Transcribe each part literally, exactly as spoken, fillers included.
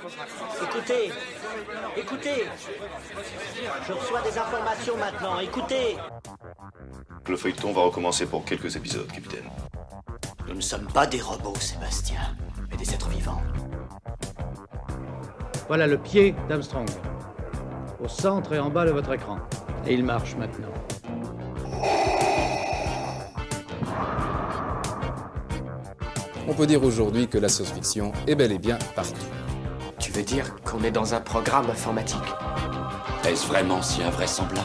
Écoutez, écoutez, je reçois des informations maintenant, écoutez. Le feuilleton va recommencer pour quelques épisodes, capitaine. Nous ne sommes pas des robots, Sébastien, mais des êtres vivants. Voilà le pied d'Armstrong, au centre et en bas de votre écran. Et il marche maintenant. On peut dire aujourd'hui que la science-fiction est bel et bien partout. Tu veux dire qu'on est dans un programme informatique? Est-ce vraiment si invraisemblable?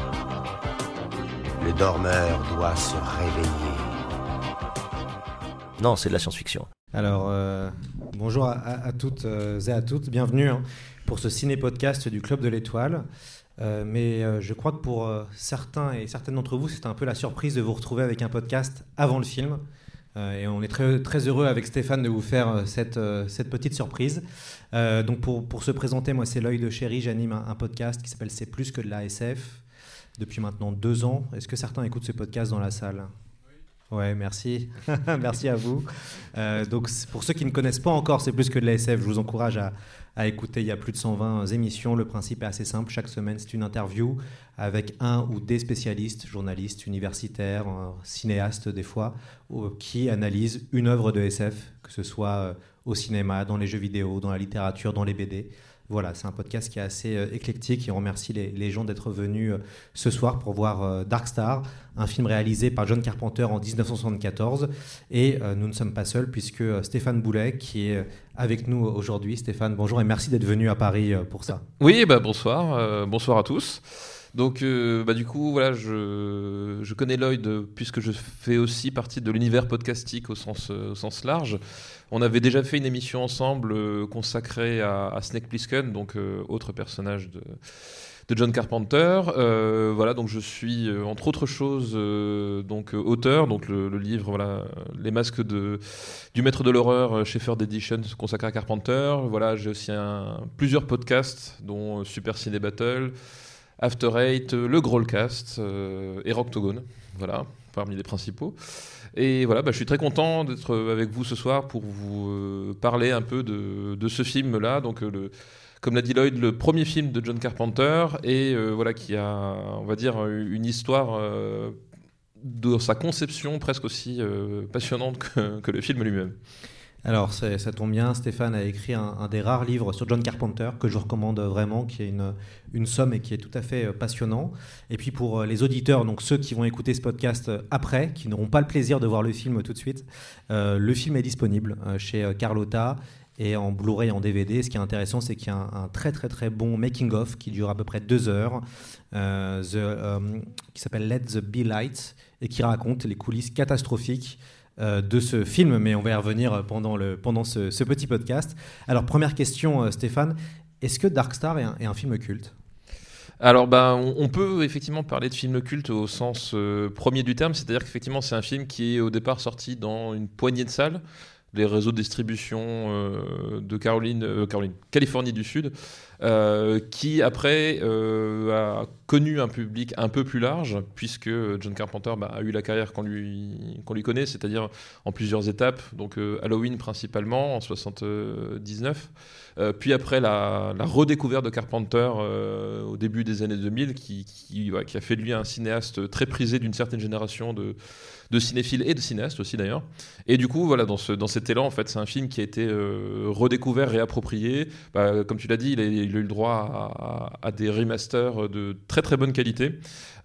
Le dormeur doit se réveiller. Non, c'est de la science-fiction. Alors, euh, bonjour à, à toutes euh, et à toutes, bienvenue hein, pour ce ciné-podcast du Club de l'Étoile. Euh, mais euh, je crois que pour euh, certains et certaines d'entre vous, c'est un peu la surprise de vous retrouver avec un podcast avant le film. Euh, et on est très, très heureux avec Stéphane de vous faire euh, cette, euh, cette petite surprise. Euh, donc pour, pour se présenter, moi c'est L'Œil de Chéri, j'anime un, un podcast qui s'appelle C'est plus que de la S F depuis maintenant deux ans. Est-ce que certains écoutent ce podcast dans la salle ? Ouais, merci. Merci à vous. Euh, donc, pour ceux qui ne connaissent pas encore C'est plus que de la S F, je vous encourage à, à écouter. Il y a plus de cent vingt émissions. Le principe est assez simple. Chaque semaine, c'est une interview avec un ou des spécialistes, journalistes, universitaires, euh, cinéastes des fois, euh, qui analysent une œuvre de S F, que ce soit euh, au cinéma, dans les jeux vidéo, dans la littérature, dans les B D. Voilà, c'est un podcast qui est assez euh, éclectique et on remercie les, les gens d'être venus euh, ce soir pour voir euh, Dark Star, un film réalisé par John Carpenter en dix-neuf cent soixante-quatorze. Et euh, nous ne sommes pas seuls puisque euh, Stéphane Boulet, qui est avec nous aujourd'hui. Stéphane, bonjour et merci d'être venu à Paris euh, pour ça. Oui, bah, bonsoir, euh, bonsoir à tous. Donc, euh, bah, du coup, voilà, je, je connais Lloyd puisque je fais aussi partie de l'univers podcastique au sens, au sens large. On avait déjà fait une émission ensemble euh, consacrée à, à Snake Plissken, donc euh, autre personnage de, de John Carpenter. Euh, voilà, donc je suis euh, entre autres choses euh, donc euh, auteur, donc le, le livre, voilà, les masques de du maître de l'horreur, euh, Shepherd Edition, consacré à Carpenter. Voilà, j'ai aussi un, plusieurs podcasts, dont euh, Super Ciné Battle, After Eight, le Growlcast euh, et Rocktogone, voilà, parmi les principaux. Et voilà, bah, je suis très content d'être avec vous ce soir pour vous euh, parler un peu de, de ce film-là. Donc, euh, le, comme l'a dit Lloyd, le premier film de John Carpenter et euh, voilà, qui a, on va dire, une histoire euh, de sa conception presque aussi euh, passionnante que, que le film lui-même. Alors, ça tombe bien, Stéphane a écrit un, un des rares livres sur John Carpenter que je recommande vraiment, qui est une, une somme et qui est tout à fait passionnant. Et puis pour les auditeurs, donc ceux qui vont écouter ce podcast après, qui n'auront pas le plaisir de voir le film tout de suite, euh, le film est disponible chez Carlotta et en Blu-ray et en D V D. Ce qui est intéressant, c'est qu'il y a un, un très très très bon making-of qui dure à peu près deux heures, euh, the, euh, qui s'appelle Let the Be Light et qui raconte les coulisses catastrophiques de ce film, mais on va y revenir pendant, le, pendant ce, ce petit podcast. Alors, première question, Stéphane, est-ce que Dark Star est un, est un film culte ? Alors, ben, on, on peut effectivement parler de film culte au sens euh, premier du terme, c'est-à-dire qu'effectivement, c'est un film qui est au départ sorti dans une poignée de salles, les réseaux de distribution euh, de Caroline, euh, Caroline, Californie du Sud, euh, qui après euh, a connu un public un peu plus large, puisque John Carpenter bah, a eu la carrière qu'on lui, qu'on lui connaît, c'est-à-dire en plusieurs étapes, donc euh, Halloween principalement en soixante-dix-neuf, euh, puis après la, la redécouverte de Carpenter euh, au début des années deux mille, qui, qui, ouais, qui a fait de lui un cinéaste très prisé d'une certaine génération de de cinéphiles et de cinéastes aussi d'ailleurs. Et du coup, voilà, dans, ce, dans cet élan, en fait, c'est un film qui a été euh, redécouvert, réapproprié. Bah, comme tu l'as dit, il a, il a eu le droit à, à, à des remasters de très très bonne qualité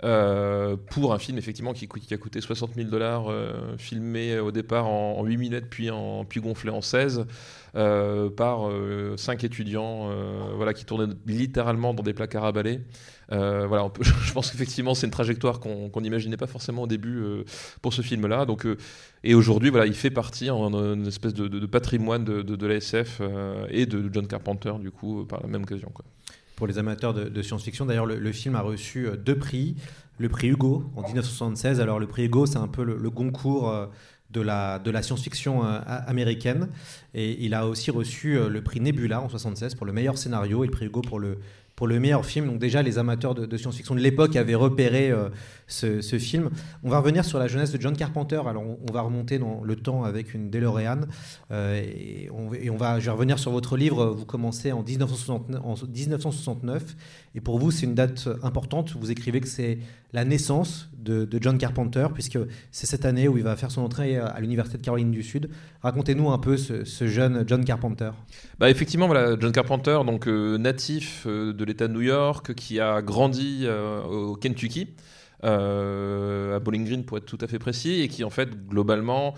euh, pour un film effectivement qui, qui a coûté soixante mille dollars, euh, filmé au départ en, en huit millimètres puis, en, puis gonflé en seize. Euh, par euh, cinq étudiants euh, voilà, qui tournaient littéralement dans des placards à balai. Euh, voilà, on peut, je pense qu'effectivement c'est une trajectoire qu'on qu'on n'imaginait pas forcément au début euh, pour ce film-là. Donc, euh, et aujourd'hui, voilà, il fait partie en, en une espèce de, de, de patrimoine de, de, de la S F euh, et de John Carpenter, du coup, par la même occasion, quoi. Pour les amateurs de, de science-fiction, d'ailleurs, le, le film a reçu deux prix. Le prix Hugo en dix-neuf cent soixante-seize. Alors, le prix Hugo, c'est un peu le, le Goncourt euh, de la, de la science-fiction euh, américaine. Et il a aussi reçu euh, le prix Nebula en soixante-seize pour le meilleur scénario et le prix Hugo pour le pour le meilleur film. Donc déjà, les amateurs de, de science-fiction de l'époque avaient repéré euh, ce, ce film. On va revenir sur la jeunesse de John Carpenter. Alors, on, on va remonter dans le temps avec une DeLorean. Euh, et, on, et on va, je vais revenir sur votre livre. Vous commencez en dix-neuf cent soixante-neuf. En dix-neuf cent soixante-neuf et pour vous, c'est une date importante. Vous écrivez que c'est la naissance de, de John Carpenter, puisque c'est cette année où il va faire son entrée à l'Université de Caroline du Sud. Racontez-nous un peu ce, ce jeune John Carpenter. Bah effectivement, voilà, John Carpenter, donc euh, natif euh, de l'État de New York, qui a grandi euh, au Kentucky, euh, à Bowling Green pour être tout à fait précis, et qui en fait globalement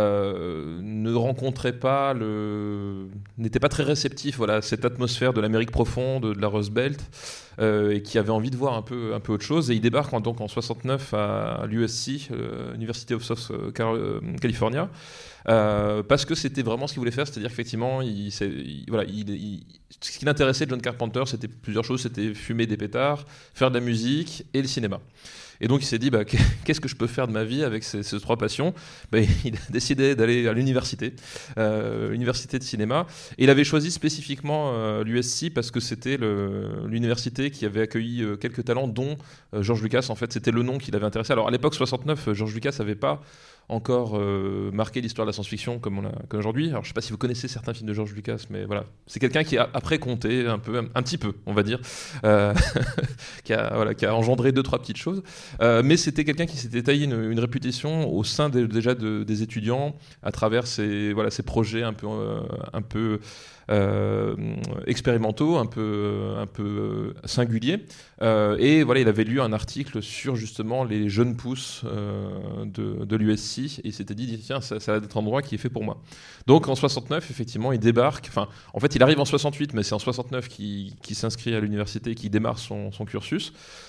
euh, ne rencontrait pas le, n'était pas très réceptif, voilà, à cette atmosphère de l'Amérique profonde, de la Rust Belt. Euh, et qui avait envie de voir un peu, un peu autre chose. Et il débarque en, donc en soixante-neuf à l'U S C, euh, University of South California, euh, parce que c'était vraiment ce qu'il voulait faire, c'est-à-dire qu'effectivement, il, il, voilà, il, il, ce qui l'intéressait, John Carpenter, c'était plusieurs choses, c'était fumer des pétards, faire de la musique et le cinéma. Et donc il s'est dit, bah, qu'est-ce que je peux faire de ma vie avec ces, ces trois passions ? Bah, il a décidé d'aller à l'université, euh, l'université de cinéma. Et il avait choisi spécifiquement euh, l'U S C parce que c'était le, l'université qui avait accueilli euh, quelques talents, dont euh, George Lucas. En fait, c'était le nom qui l'avait intéressé. Alors à l'époque soixante-neuf, George Lucas n'avait pas encore euh, marqué l'histoire de la science-fiction comme, on a, comme aujourd'hui. Alors je ne sais pas si vous connaissez certains films de George Lucas, mais voilà, c'est quelqu'un qui a après compté un peu, un, un petit peu, on va dire, euh, qui, a, voilà, qui a engendré deux trois petites choses. Euh, mais c'était quelqu'un qui s'était taillé une, une réputation au sein de, déjà de, des étudiants à travers ses, voilà, ses projets un peu, euh, un peu euh, expérimentaux, un peu, un peu singuliers. Euh, et voilà, il avait lu un article sur justement les jeunes pousses euh, de, de l'U S C et il s'était dit tiens, ça, ça va être un endroit qui est fait pour moi. Donc en soixante-neuf, effectivement, il débarque. Enfin, en fait, il arrive en soixante-huit, mais c'est en soixante-neuf qu'il, qu'il s'inscrit à l'université, qu'il démarre son, son cursus.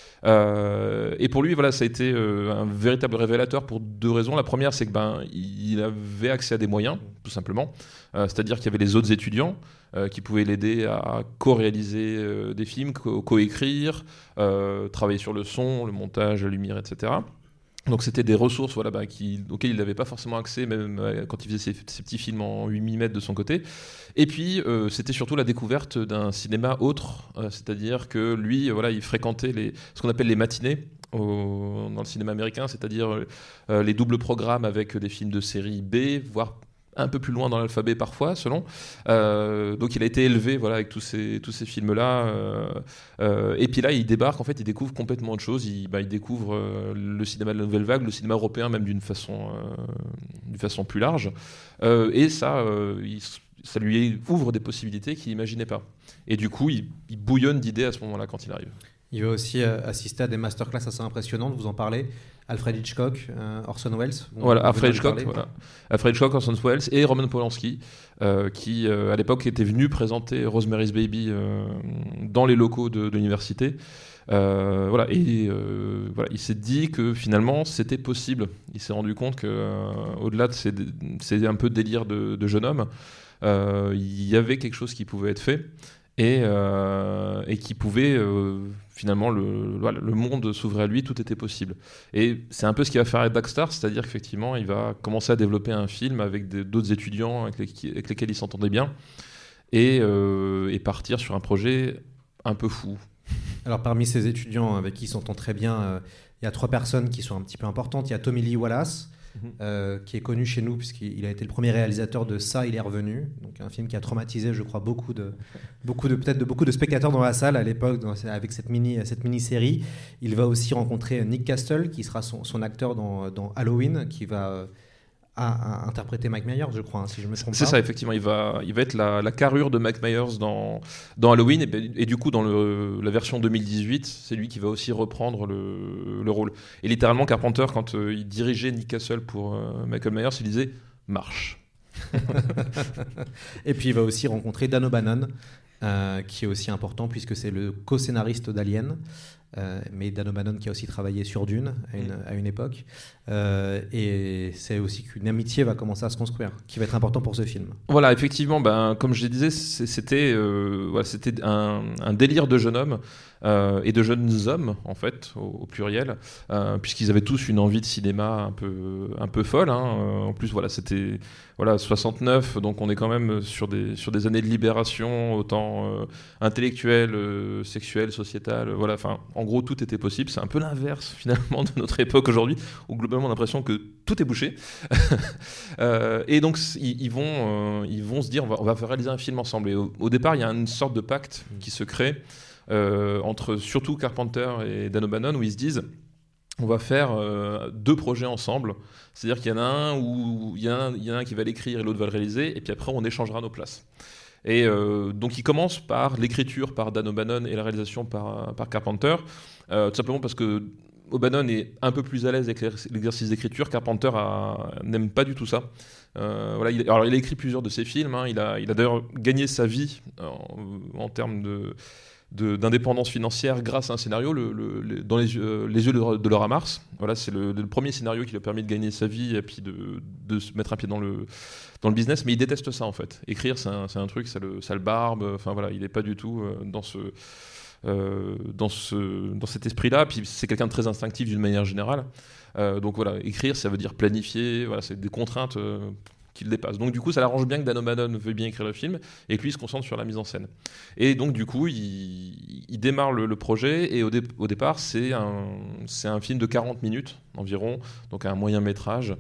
Euh, et pour lui, voilà, ça a été euh, un véritable révélateur pour deux raisons. La première, c'est que ben, il avait accès à des moyens, tout simplement. Euh, c'est-à-dire qu'il y avait les autres étudiants euh, qui pouvaient l'aider à co-réaliser euh, des films, co- co-écrire, euh, travailler sur le son, le montage, la lumière, et cetera. Donc c'était des ressources voilà, bah, qui, auxquelles il n'avait pas forcément accès, même euh, quand il faisait ses, ses petits films en huit millimètres de son côté. Et puis euh, c'était surtout la découverte d'un cinéma autre, euh, c'est-à-dire que lui, voilà, il fréquentait les, ce qu'on appelle les matinées au, dans le cinéma américain, c'est-à-dire euh, les doubles programmes avec des films de série B, voire un peu plus loin dans l'alphabet parfois, selon. Euh, donc il a été élevé voilà, avec tous ces, tous ces films-là. Euh, euh, et puis là, il débarque, en fait, il découvre complètement autre chose. Il, bah, il découvre euh, le cinéma de la nouvelle vague, le cinéma européen même d'une façon, euh, d'une façon plus large. Euh, et ça, euh, il, ça lui ouvre des possibilités qu'il n'imaginait pas. Et du coup, il, il bouillonne d'idées à ce moment-là quand il arrive. Il va aussi euh, assister à des masterclass assez impressionnantes, vous en parlez. Alfred Hitchcock, euh, Orson Welles. Voilà, Alfred Hitchcock, voilà. Alfred Hitchcock, Orson Welles et Roman Polanski, euh, qui euh, à l'époque était venu présenter Rosemary's Baby euh, dans les locaux de, de l'université. Euh, voilà, et euh, voilà, il s'est dit que finalement c'était possible. Il s'est rendu compte que euh, au-delà de ces, ces un peu délire de, de jeune homme, euh, il y avait quelque chose qui pouvait être fait. Et, euh, et qui pouvait euh, finalement le, voilà, le monde s'ouvrait à lui, tout était possible. Et c'est un peu ce qu'il va faire avec Darkstar, c'est-à-dire qu'effectivement il va commencer à développer un film avec des, d'autres étudiants avec, les, avec lesquels il s'entendait bien et, euh, et partir sur un projet un peu fou. Alors parmi ces étudiants avec qui il s'entend très bien, euh, il y a trois personnes qui sont un petit peu importantes. Il y a Tommy Lee Wallace, Euh, qui est connu chez nous puisqu'il a été le premier réalisateur de Ça, il est revenu, donc un film qui a traumatisé, je crois, beaucoup de, beaucoup de peut-être de beaucoup de spectateurs dans la salle à l'époque dans, avec cette mini cette mini-série. Il va aussi rencontrer Nick Castle, qui sera son, son acteur dans, dans Halloween, qui va euh, à, à interpréter Mike Myers, je crois, hein, si je me trompe c'est pas. C'est ça, effectivement, il va, il va être la, la carrure de Mike Myers dans, dans Halloween, et, et du coup, dans le, la version deux mille dix-huit, c'est lui qui va aussi reprendre le, le rôle. Et littéralement, Carpenter, quand euh, il dirigeait Nick Castle pour euh, Michael Myers, il disait « marche ». Et puis, il va aussi rencontrer Dan O'Bannon, euh, qui est aussi important, puisque c'est le co-scénariste d'Alien. Euh, mais Dan O'Bannon qui a aussi travaillé sur Dune à une, à une époque, euh, et c'est aussi qu'une amitié va commencer à se construire, qui va être important pour ce film. Voilà, effectivement, ben, comme je le disais, c'était, euh, voilà, c'était un, un délire de jeune homme euh, et de jeunes hommes, en fait, au, au pluriel, euh, puisqu'ils avaient tous une envie de cinéma un peu, un peu folle. Hein. En plus, voilà, c'était voilà, soixante-neuf, donc on est quand même sur des, sur des années de libération, autant plan euh, intellectuel, euh, sexuel, sociétal. Euh, voilà, enfin, en gros, tout était possible. C'est un peu l'inverse finalement de notre époque aujourd'hui, où globalement on a l'impression que tout est bouché. euh, et donc ils, ils vont, euh, ils vont se dire, on va, on va réaliser un film ensemble. Et au, au départ, il y a une sorte de pacte qui se crée euh, entre surtout Carpenter et Dan O'Bannon, où ils se disent, on va faire euh, deux projets ensemble. C'est-à-dire qu'il y en a un où il y, il y en a un qui va l'écrire et l'autre va le réaliser, et puis après on échangera nos places. Et euh, donc il commence par l'écriture par Dan O'Bannon et la réalisation par, par Carpenter, euh, tout simplement parce que O'Bannon est un peu plus à l'aise avec l'exercice d'écriture. Carpenter a, n'aime pas du tout ça. Euh, voilà, il, alors il a écrit plusieurs de ses films. Hein. Il a, il a d'ailleurs gagné sa vie en, en termes de, de, d'indépendance financière grâce à un scénario, le, le, le, dans les, euh, les yeux de, de Laura Mars. Voilà, c'est le, le premier scénario qui lui a permis de gagner sa vie et puis de, de se mettre un pied dans le, dans le business. Mais il déteste ça en fait. Écrire, c'est un, c'est un truc, ça le, ça le barbe. Enfin voilà, il n'est pas du tout euh, dans ce... Euh, dans, ce, dans cet esprit-là, puis c'est quelqu'un de très instinctif d'une manière générale. Euh, donc voilà, écrire, ça veut dire planifier, voilà, c'est des contraintes euh, qui le dépassent. Donc du coup, ça l'arrange bien que Dan O'Bannon veuille bien écrire le film et que lui il se concentre sur la mise en scène. Et donc du coup, il, il démarre le, le projet et au, dé, au départ, c'est un, c'est un film de quarante minutes environ, donc un moyen métrage.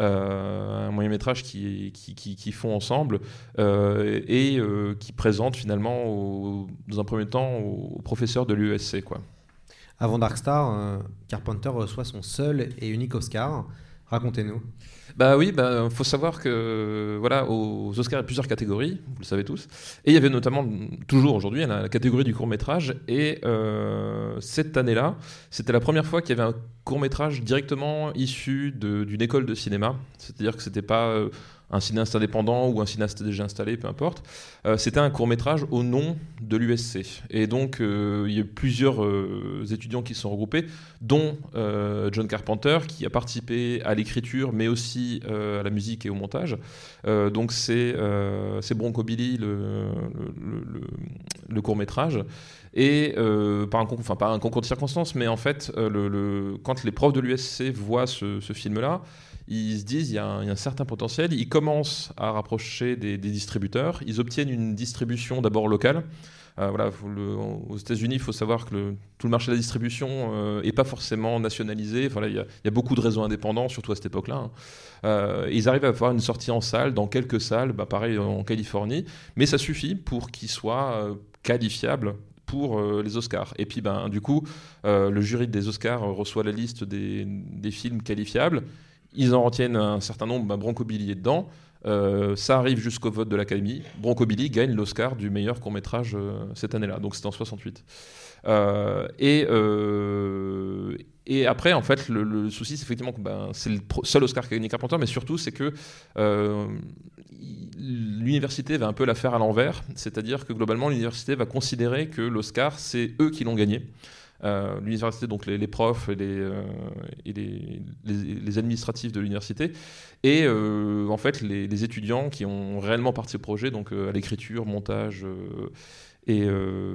Euh, un moyen-métrage qui, qui, qui, qui font ensemble euh, et euh, qui présente finalement au, dans un premier temps au, au professeur de l'U E S C, quoi. Avant Dark Star, euh, Carpenter reçoit son seul et unique Oscar. Racontez-nous. Bah oui, bah faut savoir que voilà, aux Oscars il y a plusieurs catégories, vous le savez tous, et il y avait notamment toujours aujourd'hui la, la catégorie du court métrage. Et euh, cette année-là, c'était la première fois qu'il y avait un court métrage directement issu de, d'une école de cinéma, c'est-à-dire que c'était pas euh, un cinéaste indépendant ou un cinéaste déjà installé, peu importe. Euh, c'était un court-métrage au nom de l'U S C. Et donc, euh, il y a plusieurs euh, étudiants qui se sont regroupés, dont euh, John Carpenter, qui a participé à l'écriture, mais aussi euh, à la musique et au montage. Euh, donc, c'est, euh, c'est Bronco Billy, le, le, le, le court-métrage. Et euh, par, un concours, enfin, pas un concours de circonstances, mais en fait, euh, le, le, quand les profs de l'U S C voient ce, ce film-là, ils se disent il y, y a un certain potentiel. Ils commencent à rapprocher des, des distributeurs. Ils obtiennent une distribution d'abord locale. Euh, voilà, le, aux États-Unis, il faut savoir que le, tout le marché de la distribution n'est euh, pas forcément nationalisé. Enfin, il y, y a beaucoup de réseaux indépendants, surtout à cette époque-là. Hein. Euh, ils arrivent à avoir une sortie en salle, dans quelques salles, bah, pareil en Californie, mais ça suffit pour qu'ils soient euh, qualifiables pour euh, les Oscars. Et puis, ben, du coup, euh, le jury des Oscars reçoit la liste des, des films qualifiables. Ils en retiennent un certain nombre, bah, Bronco Billy est dedans. Euh, ça arrive jusqu'au vote de l'Académie. Bronco Billy gagne l'Oscar du meilleur court-métrage euh, cette année-là, donc c'était en soixante-huit. Euh, et, euh, et après, en fait, le, le souci, c'est effectivement que ben, c'est le seul Oscar qu'a gagné Carpenter, mais surtout, c'est que euh, l'université va un peu la faire à l'envers, c'est-à-dire que globalement, l'université va considérer que l'Oscar, c'est eux qui l'ont gagné. Euh, l'université, donc les, les profs et, les, euh, et les, les, les administratifs de l'université, et euh, en fait les, les étudiants qui ont réellement participé au projet, donc euh, à l'écriture, montage euh, et, euh,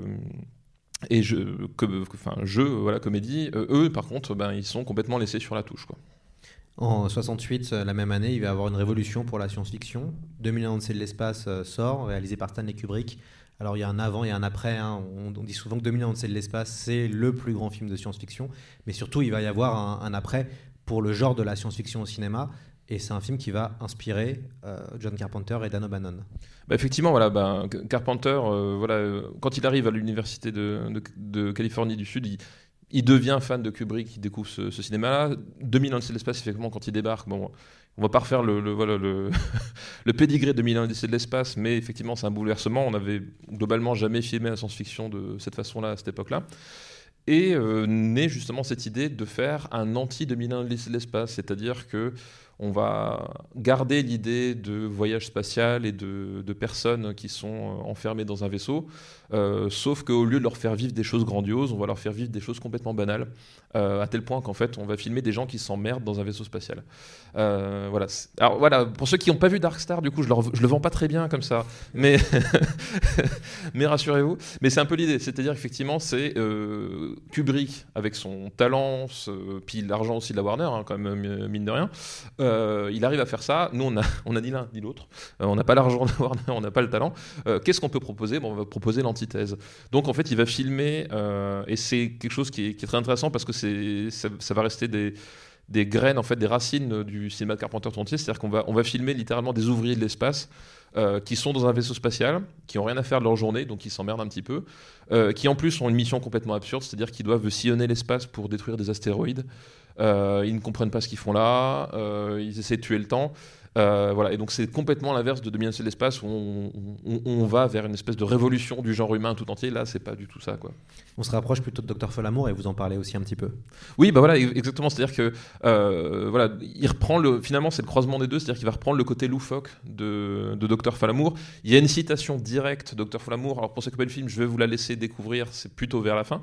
et jeu, que, enfin, jeu, voilà, comédie, euh, eux par contre, ben, ils sont complètement laissés sur la touche, quoi. En soixante-huit, la même année, il va y avoir une révolution pour la science-fiction. deux mille un Odyssée de l'espace euh, sort, réalisé par Stanley Kubrick. Alors il y a un avant et un après, hein. on, on dit souvent que deux mille un Odyssée de l'espace, c'est le plus grand film de science-fiction, mais surtout il va y avoir un, un après pour le genre de la science-fiction au cinéma, et c'est un film qui va inspirer euh, John Carpenter et Dan O'Bannon. Bah effectivement, voilà, bah, Carpenter, euh, voilà, euh, quand il arrive à l'université de, de, de Californie du Sud, il, il devient fan de Kubrick, il découvre ce, ce cinéma-là. deux mille un Odyssée de l'espace, effectivement, quand il débarque, bon, on va pas refaire le, le, voilà, le, le pédigré de deux mille un Odyssée de l'espace, mais effectivement, c'est un bouleversement. On n'avait globalement jamais filmé la science-fiction de cette façon-là, à cette époque-là. Et euh, naît justement cette idée de faire un anti-deux mille un Odyssée de l'espace, c'est-à-dire que on va garder l'idée de voyage spatial et de, de personnes qui sont enfermées dans un vaisseau, euh, sauf qu'au lieu de leur faire vivre des choses grandioses, on va leur faire vivre des choses complètement banales, euh, à tel point qu'en fait, on va filmer des gens qui s'emmerdent dans un vaisseau spatial. Euh, voilà. Alors voilà, pour ceux qui n'ont pas vu Dark Star, du coup, je ne le vends pas très bien comme ça, mais, mais rassurez-vous. Mais c'est un peu l'idée, c'est-à-dire effectivement, c'est euh, Kubrick avec son talent, ce, puis l'argent aussi de la Warner, hein, quand même, mine de rien, euh, il arrive à faire ça. Nous, on a, on a ni l'un ni l'autre. Euh, on n'a pas l'argent de Warner, on n'a pas le talent. Euh, qu'est-ce qu'on peut proposer ? Bon, on va proposer l'antithèse. Donc, en fait, il va filmer, euh, et c'est quelque chose qui est, qui est très intéressant parce que c'est, ça, ça va rester des, des graines, en fait, des racines du cinéma de Carpenter-Tontier. C'est-à-dire qu'on va, on va filmer littéralement des ouvriers de l'espace euh, qui sont dans un vaisseau spatial, qui n'ont rien à faire de leur journée, donc ils s'emmerdent un petit peu, euh, qui en plus ont une mission complètement absurde, c'est-à-dire qu'ils doivent sillonner l'espace pour détruire des astéroïdes. Euh, ils ne comprennent pas ce qu'ils font là, euh, ils essaient de tuer le temps. Euh, voilà. Et donc c'est complètement l'inverse de deux mille un Odyssée de l'espace où on, on, on va vers une espèce de révolution du genre humain tout entier. Là, c'est pas du tout ça, quoi. On se rapproche plutôt de Docteur Folamour et vous en parlez aussi un petit peu. Oui, bah voilà, exactement. C'est-à-dire que euh, voilà, il reprend le. Finalement, c'est le croisement des deux. C'est-à-dire qu'il va reprendre le côté loufoque de, de Docteur Folamour. Il y a une citation directe de Docteur Folamour. Alors pour ceux qui connaissent le film, je vais vous la laisser découvrir. C'est plutôt vers la fin.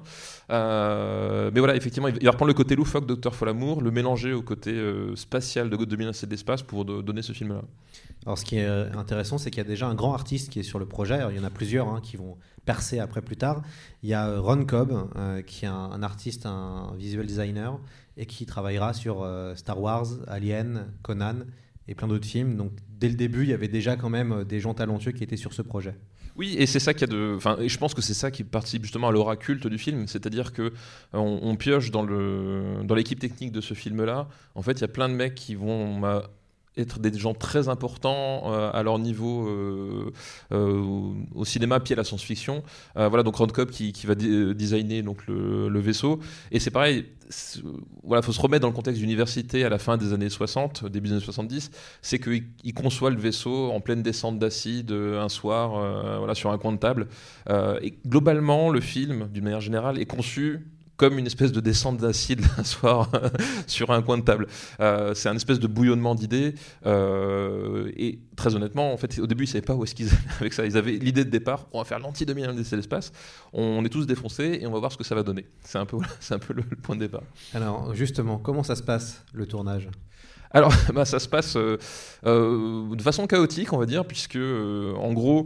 Euh, mais voilà, effectivement, il va reprendre le côté loufoque de Docteur Folamour, le mélanger au côté euh, spatial de deux mille un Odyssée de l'espace pour de, donner ce film-là. Alors ce qui est intéressant, c'est qu'il y a déjà un grand artiste qui est sur le projet. Alors, il y en a plusieurs hein, qui vont percer après plus tard. Il y a Ron Cobb, euh, qui est un, un artiste, un visual designer, et qui travaillera sur euh, Star Wars, Alien, Conan et plein d'autres films. Donc dès le début, il y avait déjà quand même des gens talentueux qui étaient sur ce projet. Oui, et c'est ça qu'il y a de. Enfin, et je pense que c'est ça qui participe justement à l'aura culte du film, c'est-à-dire que on, on pioche dans le dans l'équipe technique de ce film-là. En fait, il y a plein de mecs qui vont bah, être des gens très importants euh, à leur niveau euh, euh, au cinéma puis à la science-fiction. Euh, voilà, donc Ron Cobb qui, qui va d- designer donc le, le vaisseau. Et c'est pareil, c'est, voilà, faut se remettre dans le contexte d'université à la fin des années soixante, début des années soixante-dix. C'est qu'il il conçoit le vaisseau en pleine descente d'acide un soir, euh, voilà, sur un coin de table. Euh, et globalement, le film, d'une manière générale, est conçu comme une espèce de descente d'acide un soir sur un coin de table. Euh, c'est un espèce de bouillonnement d'idées. Euh, et très honnêtement, en fait, au début, ils ne savaient pas où est-ce qu'ils allaient avec ça. Ils avaient l'idée de départ, on va faire l'anti-deux mille un Odyssée de l'espace, on est tous défoncés et on va voir ce que ça va donner. C'est un peu, c'est un peu le, le point de départ. Alors justement, comment ça se passe, le tournage ? Alors, bah, ça se passe euh, euh, de façon chaotique, on va dire, puisque, euh, en gros,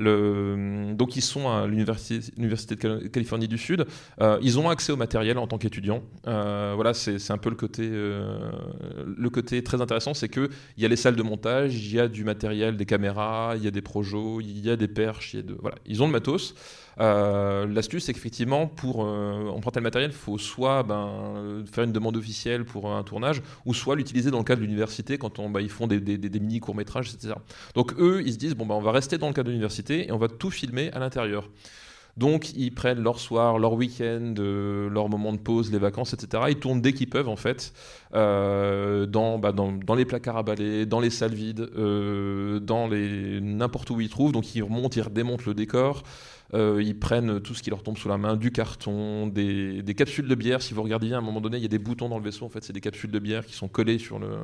le, donc ils sont à l'université, l'université de Californie du Sud. Euh, ils ont accès au matériel en tant qu'étudiants. Euh, voilà, c'est, c'est un peu le côté, euh, le côté très intéressant, c'est qu'il y a les salles de montage, il y a du matériel, des caméras, il y a des projos, il y a des perches, il y a de, voilà, ils ont le matos. Euh, l'astuce, c'est qu'effectivement, pour euh, emprunter le matériel, il faut soit ben, faire une demande officielle pour un tournage, ou soit l'utiliser dans le cadre de l'université quand on, bah, ils font des, des, des mini courts-métrages, et cetera. Donc eux, ils se disent, bon, bah, on va rester dans le cadre de l'université et on va tout filmer à l'intérieur. Donc ils prennent leur soir, leur week-end, euh, leur moment de pause, les vacances, et cetera. Ils tournent dès qu'ils peuvent, en fait, euh, dans, bah, dans, dans les placards à balai, dans les salles vides, euh, dans les, n'importe où ils trouvent. Donc ils remontent, ils redémontent le décor. Euh, ils prennent tout ce qui leur tombe sous la main, du carton, des, des capsules de bière. Si vous regardez bien, à un moment donné, il y a des boutons dans le vaisseau. En fait, c'est des capsules de bière qui sont collées sur le,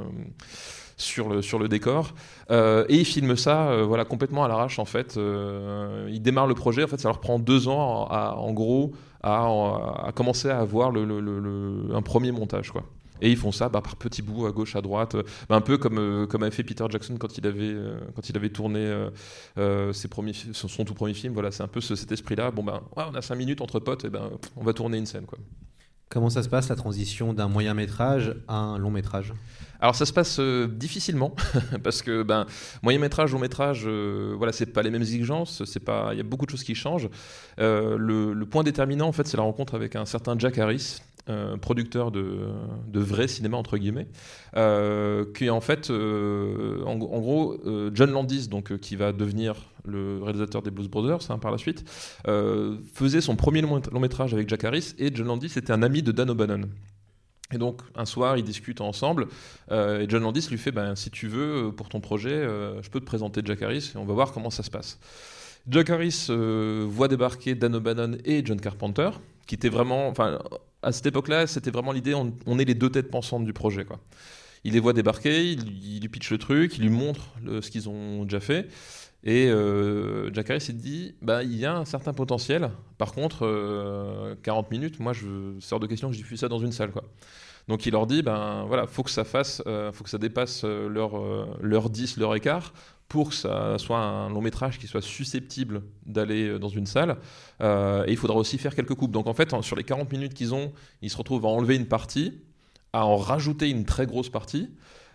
sur le, sur le décor. Euh, et ils filment ça euh, voilà, complètement à l'arrache, en fait. Euh, ils démarrent le projet. En fait, ça leur prend deux ans, à, en gros, à, à commencer à avoir le, le, le, le, un premier montage, quoi. Et ils font ça bah, par petits bouts, à gauche, à droite, bah, un peu comme, euh, comme avait fait Peter Jackson quand il avait, euh, quand il avait tourné euh, euh, ses premiers, son, son tout premier film. Voilà, c'est un peu ce, cet esprit-là. Bon, ben, ouais, on a cinq minutes entre potes, et ben, on va tourner une scène, quoi. Comment ça se passe, la transition d'un moyen métrage à un long métrage ? Alors ça se passe euh, difficilement parce que ben moyen métrage, long métrage, euh, voilà, c'est pas les mêmes exigences, c'est pas, il y a beaucoup de choses qui changent. Euh, le, le point déterminant en fait, c'est la rencontre avec un certain Jack Harris, euh, producteur de, de vrai cinéma entre guillemets, euh, qui en fait, euh, en, en gros, euh, John Landis, donc euh, qui va devenir le réalisateur des Blues Brothers hein, par la suite, euh, faisait son premier long, long métrage avec Jack Harris et John Landis était un ami de Dan O'Bannon. Et donc, un soir, ils discutent ensemble, euh, et John Landis lui fait ben, « Si tu veux, pour ton projet, euh, je peux te présenter Jack Harris, et on va voir comment ça se passe. » Jack Harris euh, voit débarquer Dan O'Bannon et John Carpenter, qui étaient vraiment... Enfin, à cette époque-là, c'était vraiment l'idée, on, on est les deux têtes pensantes du projet, quoi. Il les voit débarquer, il, il lui pitch le truc, il lui montre le, ce qu'ils ont déjà fait, et euh, Jack Harris il dit bah, il y a un certain potentiel, par contre euh, quarante minutes, moi je sors de question que je diffuse ça dans une salle, quoi. Donc il leur dit ben voilà, faut que ça fasse euh, faut que ça dépasse euh, leur euh, leur dix, leur écart pour que ça soit un long métrage qui soit susceptible d'aller dans une salle, euh, et il faudra aussi faire quelques coupes. Donc en fait, sur les quarante minutes qu'ils ont, ils se retrouvent à enlever une partie, à en rajouter une très grosse partie.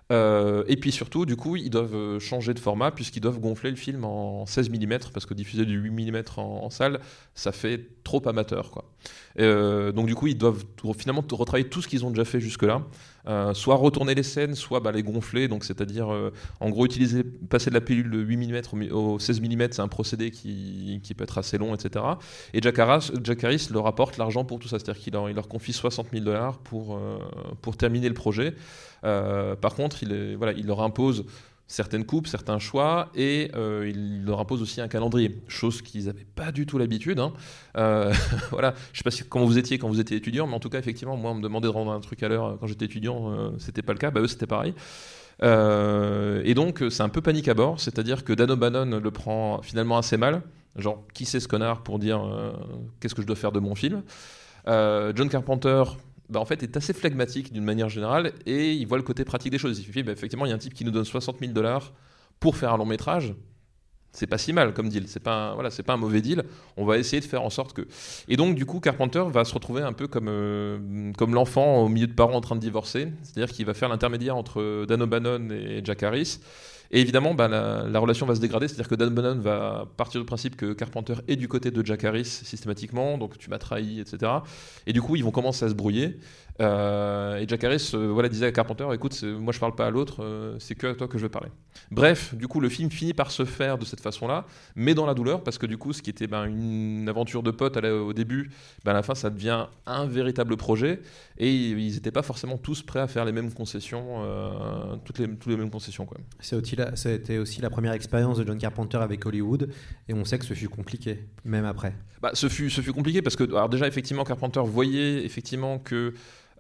Euh, et puis surtout, du coup, ils doivent changer de format puisqu'ils doivent gonfler le film en seize millimètres parce que diffuser du huit millimètres en, en salle, ça fait trop amateur, quoi. Euh, donc du coup, ils doivent t- finalement t- retravailler tout ce qu'ils ont déjà fait jusque-là, euh, soit retourner les scènes, soit bah, les gonfler. Donc c'est-à-dire, euh, en gros, utiliser, passer de la pilule de huit millimètres au, mi- au seize millimètres, c'est un procédé qui, qui peut être assez long, et cetera. Et Jack Harris, Jack Harris leur apporte l'argent pour tout ça, c'est-à-dire qu'il leur, il leur confie soixante mille dollars pour euh, pour terminer le projet. Euh, par contre, il, est, voilà, il leur impose certaines coupes, certains choix, et euh, il leur impose aussi un calendrier, chose qu'ils n'avaient pas du tout l'habitude. Hein. Euh, voilà, je ne sais pas si, comment vous étiez quand vous étiez étudiant, mais en tout cas, effectivement, moi, on me demandait de rendre un truc à l'heure quand j'étais étudiant, euh, c'était pas le cas, bah, eux, c'était pareil. Euh, et donc, c'est un peu panique à bord, c'est-à-dire que Dan O'Bannon le prend finalement assez mal, genre, qui c'est ce connard pour dire euh, qu'est-ce que je dois faire de mon film. euh, John Carpenter... Bah en fait, est assez flegmatique d'une manière générale et il voit le côté pratique des choses. Il fait, bah, effectivement, il y a un type qui nous donne soixante mille dollars pour faire un long métrage. C'est pas si mal comme deal. C'est pas un, voilà, c'est pas un mauvais deal. On va essayer de faire en sorte que. Et donc, du coup, Carpenter va se retrouver un peu comme, euh, comme l'enfant au milieu de parents en train de divorcer. C'est-à-dire qu'il va faire l'intermédiaire entre Dan O'Bannon et Jack Harris. Et évidemment, bah, la, la relation va se dégrader, c'est-à-dire que Dan O'Bannon va partir du principe que Carpenter est du côté de Jack Harris systématiquement, donc tu m'as trahi, et cetera. Et du coup, ils vont commencer à se brouiller. Euh, et Jack Harris euh, voilà, disait à Carpenter, écoute, moi je parle pas à l'autre, euh, c'est que à toi que je veux parler. Bref, du coup, le film finit par se faire de cette façon-là, mais dans la douleur, parce que du coup, ce qui était ben, une aventure de potes à la, au début, ben, à la fin, ça devient un véritable projet, et ils n'étaient pas forcément tous prêts à faire les mêmes concessions, euh, toutes les, toutes les mêmes concessions, quoi. C'est aussi la, ça a été aussi la première expérience de John Carpenter avec Hollywood, et on sait que ce fut compliqué, même après. Bah, ce fut, ce fut compliqué parce que, alors déjà, effectivement, Carpenter voyait effectivement que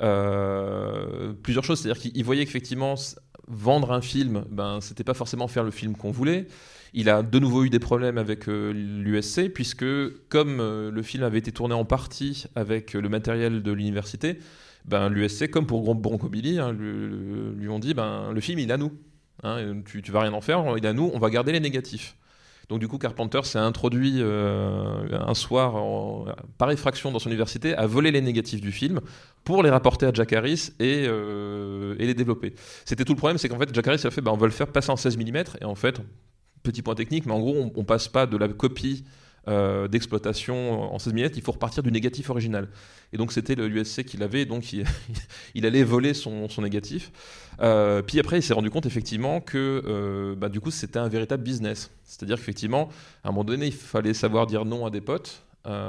euh, plusieurs choses, c'est-à-dire qu'il voyait qu'effectivement vendre un film, ben, c'était pas forcément faire le film qu'on voulait. Il a de nouveau eu des problèmes avec euh, l'U S C puisque comme euh, le film avait été tourné en partie avec euh, le matériel de l'université, ben, l'U S C, comme pour Bronco Billy, hein, lui, lui ont dit ben, le film il est à nous, hein, tu, tu vas rien en faire, il est à nous, on va garder les négatifs. Donc du coup, Carpenter s'est introduit euh, un soir, en, par effraction dans son université, à voler les négatifs du film pour les rapporter à Jack Harris et, euh, et les développer. C'était tout le problème, c'est qu'en fait, Jack Harris a fait, bah, on va le faire passer en seize millimètres, et en fait, petit point technique, mais en gros, on, on passe pas de la copie euh, d'exploitation en seize millimètres, il faut repartir du négatif original. Et donc c'était le U S C qui l'avait, donc il, il allait voler son, son négatif. Euh, puis après, il s'est rendu compte effectivement que euh, bah, du coup, c'était un véritable business. C'est-à-dire qu'effectivement, à un moment donné, il fallait savoir dire non à des potes.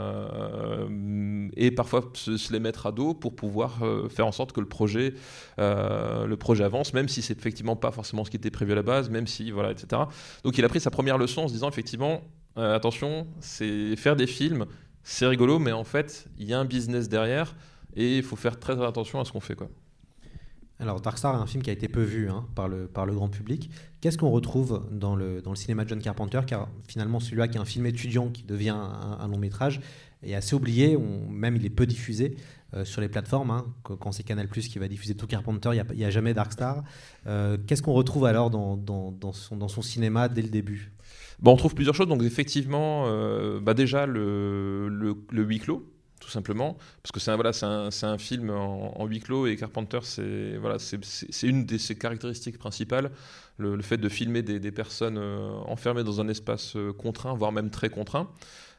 Euh, et parfois se, se les mettre à dos pour pouvoir euh, faire en sorte que le projet, euh, le projet avance, même si c'est effectivement pas forcément ce qui était prévu à la base, même si voilà, et cetera. Donc il a pris sa première leçon en se disant effectivement, euh, attention, c'est faire des films, c'est rigolo, mais en fait il y a un business derrière et il faut faire très, très attention à ce qu'on fait, quoi. Alors Dark Star est un film qui a été peu vu hein, par, le, par le grand public. Qu'est-ce qu'on retrouve dans le, dans le cinéma de John Carpenter, car finalement celui-là qui est un film étudiant qui devient un, un long métrage est assez oublié, on, même il est peu diffusé euh, sur les plateformes, hein, quand c'est Canal plus qui va diffuser tout Carpenter, il n'y a, a jamais Dark Star. Euh, qu'est-ce qu'on retrouve alors dans, dans, dans, son, dans son cinéma dès le début ? Bon, on trouve plusieurs choses, donc effectivement, euh, bah déjà le, le, le huis clos, tout simplement, parce que c'est un, voilà, c'est un, c'est un film en, en huis clos et Carpenter, c'est, voilà, c'est, c'est, c'est une de ses caractéristiques principales, le, le fait de filmer des, des personnes euh, enfermées dans un espace euh, contraint, voire même très contraint.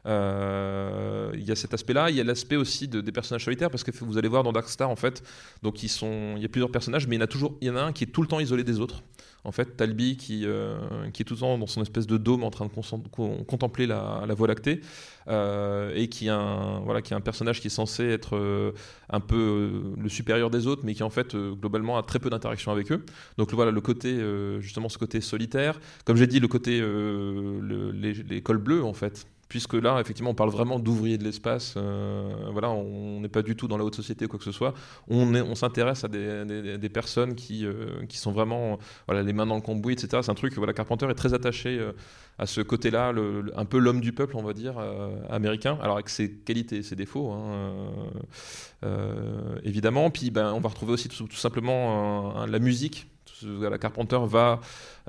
Euh, il y a cet aspect-là, il y a l'aspect aussi de, des personnages solitaires, parce que vous allez voir dans Dark Star, en fait, donc ils sont, il y a plusieurs personnages, mais il y en a toujours, il y en a un qui est tout le temps isolé des autres. En fait, Talby qui, euh, qui est tout le temps dans son espèce de dôme en train de concent- con- contempler la, la Voie lactée, euh, et qui est, un, voilà, qui est un personnage qui est censé être euh, un peu euh, le supérieur des autres, mais qui en fait euh, globalement a très peu d'interaction avec eux. Donc voilà, le côté, euh, justement ce côté solitaire, comme j'ai dit, le côté euh, le, les, les cols bleus en fait. Puisque là, effectivement, on parle vraiment d'ouvriers de l'espace. Euh, voilà, on n'est pas du tout dans la haute société ou quoi que ce soit. On, est, on s'intéresse à des, des, des personnes qui, euh, qui sont vraiment, voilà, les mains dans le cambouis, et cetera. C'est un truc. Voilà, Carpenter est très attaché euh, à ce côté-là, le, le, un peu l'homme du peuple, on va dire, euh, américain. Alors avec ses qualités et ses défauts, hein, euh, euh, évidemment. Puis, ben, on va retrouver aussi tout, tout simplement euh, la musique. voilà, Carpenter va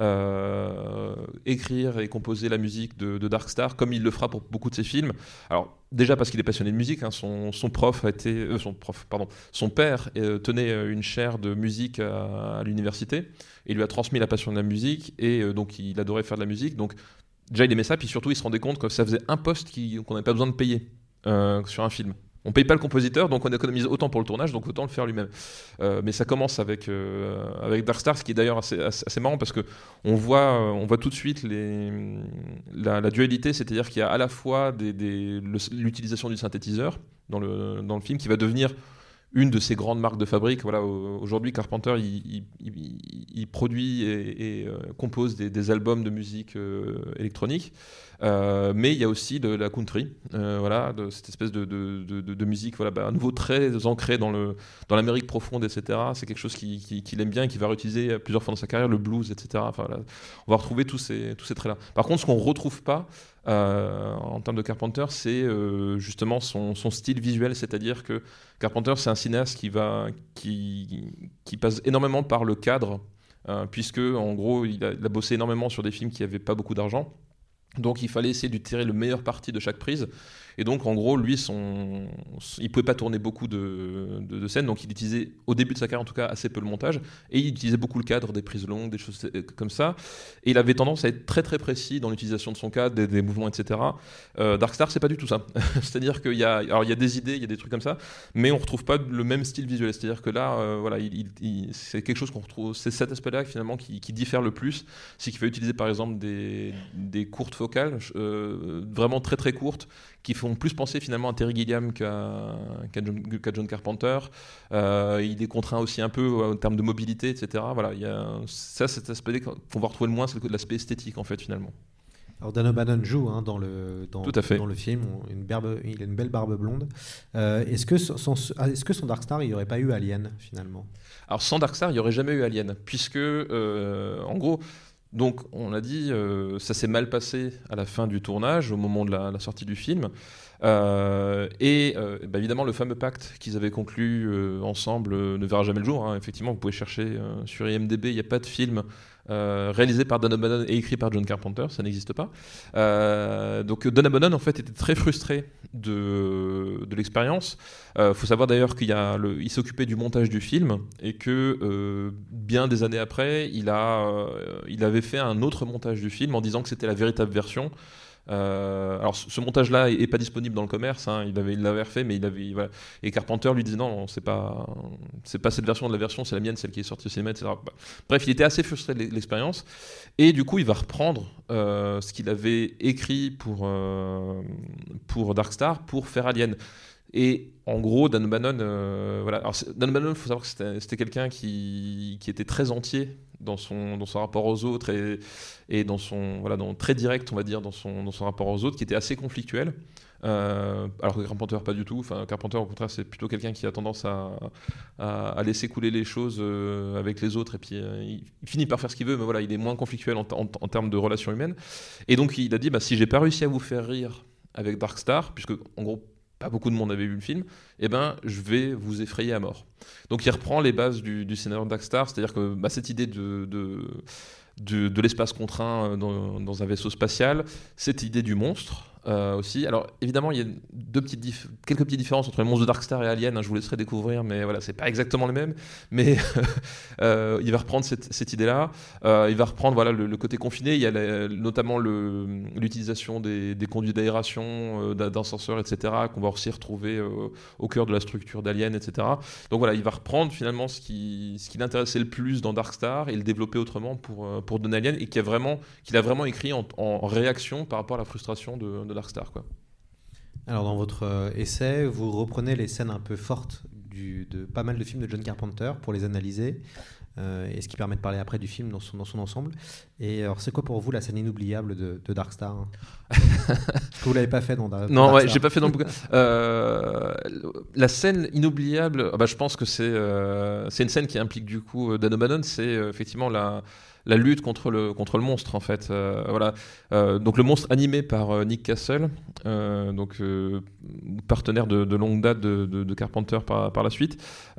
euh, écrire et composer la musique de, de Dark Star, comme il le fera pour beaucoup de ses films. Alors déjà parce qu'il est passionné de musique, hein, son, son prof a été, euh, son prof, pardon, son père euh, tenait une chaire de musique à, à l'université et lui a transmis la passion de la musique et euh, donc il adorait faire de la musique. Donc déjà il aimait ça, puis surtout il se rendait compte que ça faisait un poste qui, qu'on n'avait pas besoin de payer euh, sur un film. On paye pas le compositeur, donc on économise autant pour le tournage, donc autant le faire lui-même. Euh, mais ça commence avec euh, avec Dark Star, ce qui est d'ailleurs assez, assez, assez marrant parce que on voit on voit tout de suite les la, la dualité, c'est-à-dire qu'il y a à la fois des, des, le, l'utilisation du synthétiseur dans le dans le film qui va devenir une de ces grandes marques de fabrique. Voilà, aujourd'hui, Carpenter, il, il, il, il produit et, et euh, compose des, des albums de musique euh, électronique, euh, mais il y a aussi de la country, euh, voilà, de cette espèce de, de, de, de musique, voilà, bah, à nouveau très ancrée dans, le, dans l'Amérique profonde, et cetera. C'est quelque chose qu'il qui, qui aime bien et qu'il va réutiliser plusieurs fois dans sa carrière, le blues, et cetera. Enfin, là, on va retrouver tous ces, tous ces traits-là. Par contre, ce qu'on ne retrouve pas, Euh, en termes de Carpenter, c'est euh, justement son, son style visuel, c'est-à-dire que Carpenter, c'est un cinéaste qui, va, qui, qui passe énormément par le cadre, euh, puisque en gros, il a, il a bossé énormément sur des films qui n'avaient pas beaucoup d'argent. Donc il fallait essayer de tirer le meilleur parti de chaque prise. Et donc en gros, lui, son... il ne pouvait pas tourner beaucoup de, de, de scènes, donc il utilisait, au début de sa carrière en tout cas, assez peu le montage, et il utilisait beaucoup le cadre, des prises longues, des choses comme ça. Et il avait tendance à être très très précis dans l'utilisation de son cadre, des, des mouvements, et cetera. Euh, Dark Star, c'est pas du tout ça. C'est-à-dire qu'il y a, alors, il y a des idées, il y a des trucs comme ça, mais on ne retrouve pas le même style visuel. C'est-à-dire que là, euh, voilà, il, il, il, c'est quelque chose qu'on retrouve, c'est cet aspect-là finalement qui, qui diffère le plus, c'est qu'il va utiliser par exemple des, des courtes focales, euh, vraiment très très courtes, qui font plus penser finalement à Terry Gilliam qu'à, qu'à, John, qu'à John Carpenter. Euh, il est contraint aussi un peu en termes de mobilité, et cetera. Voilà, il y a ça, cet aspect qu'on va retrouver le moins, c'est l'aspect esthétique en fait finalement. Alors Dan O'Bannon joue hein, dans, le, dans, Tout à fait. dans le film, une barbe, il a une belle barbe blonde. Euh, est-ce, que son, est-ce que son Dark Star, il n'y aurait pas eu Alien finalement ? Alors sans Dark Star, il n'y aurait jamais eu Alien, puisque euh, en gros... Donc, on l'a dit, euh, ça s'est mal passé à la fin du tournage, au moment de la, la sortie du film. Euh, et euh, bah évidemment, le fameux pacte qu'ils avaient conclu euh, ensemble euh, ne verra jamais le jour. Hein. Effectivement, vous pouvez chercher euh, sur I M D B, il n'y a pas de film euh, réalisé par Dan O'Bannon et écrit par John Carpenter, ça n'existe pas. Euh, donc, Dan O'Bannon, en fait, était très frustré de, de l'expérience. Il euh, faut savoir d'ailleurs qu'il y a le, il s'occupait du montage du film et que euh, bien des années après, il, a, euh, il avait fait un autre montage du film en disant que c'était la véritable version. Euh, alors ce montage-là est, est pas disponible dans le commerce, hein, il avait, il l'avait refait, mais il avait, voilà. Et Carpenter lui disait non, c'est pas, c'est pas cette version de la version, c'est la mienne, celle qui est sortie au cinéma, et cetera. Bref, il était assez frustré de l'expérience, et du coup, il va reprendre euh, ce qu'il avait écrit pour euh, pour Dark Star pour faire Alien. Et en gros, Dan O'Bannon, euh, voilà. Alors, Dan O'Bannon, il faut savoir que c'était, c'était quelqu'un qui, qui était très entier dans son, dans son rapport aux autres et, et dans son, voilà, dans, très direct, on va dire, dans son, dans son rapport aux autres, qui était assez conflictuel. Euh, alors que Carpenter, pas du tout. Enfin, Carpenter, au contraire, c'est plutôt quelqu'un qui a tendance à, à, à laisser couler les choses euh, avec les autres. Et puis, euh, il, il finit par faire ce qu'il veut, mais voilà, il est moins conflictuel en, en, en termes de relations humaines. Et donc, il a dit, bah, si j'ai pas réussi à vous faire rire avec Dark Star, puisque, en gros, pas beaucoup de monde avait vu le film, eh ben, je vais vous effrayer à mort. Donc il reprend les bases du, du scénario de Dark Star, c'est-à-dire que bah, cette idée de, de, de, de l'espace contraint dans, dans un vaisseau spatial, cette idée du monstre euh, aussi. Alors évidemment, il y a deux petites dif- quelques petites différences entre le monstre de Dark Star et Alien, hein, je vous laisserai découvrir, mais voilà, c'est pas exactement le même. Mais euh, il va reprendre cette, cette idée-là, euh, il va reprendre voilà, le, le côté confiné, il y a la, notamment le, l'utilisation des, des conduits d'aération, euh, d'ascenseurs, et cetera, qu'on va aussi retrouver euh, au cœur de la structure d'Alien, et cetera. Donc voilà, il va reprendre finalement ce qui, ce qui l'intéressait le plus dans Dark Star et le développer autrement pour, pour donner Alien, et qui a vraiment, qu'il a vraiment écrit en, en réaction par rapport à la frustration de, de Dark Star, quoi. Alors dans votre euh, essai, vous reprenez les scènes un peu fortes du, de pas mal de films de John Carpenter pour les analyser, euh, et ce qui permet de parler après du film dans son, dans son ensemble. Et alors c'est quoi pour vous la scène inoubliable de, de Dark Star, hein? Parce que vous l'avez pas fait dans, dans non, Dark ouais, Star. j'ai pas fait dans le bouquin. Euh, la scène inoubliable, bah, je pense que c'est, euh, c'est une scène qui implique du coup Dan O'Bannon, c'est euh, effectivement la la lutte contre le, contre le monstre en fait. Euh, voilà. Euh, donc le monstre animé par euh, Nick Castle, euh, donc, euh, partenaire de, de longue date de, de, de Carpenter par, par la suite.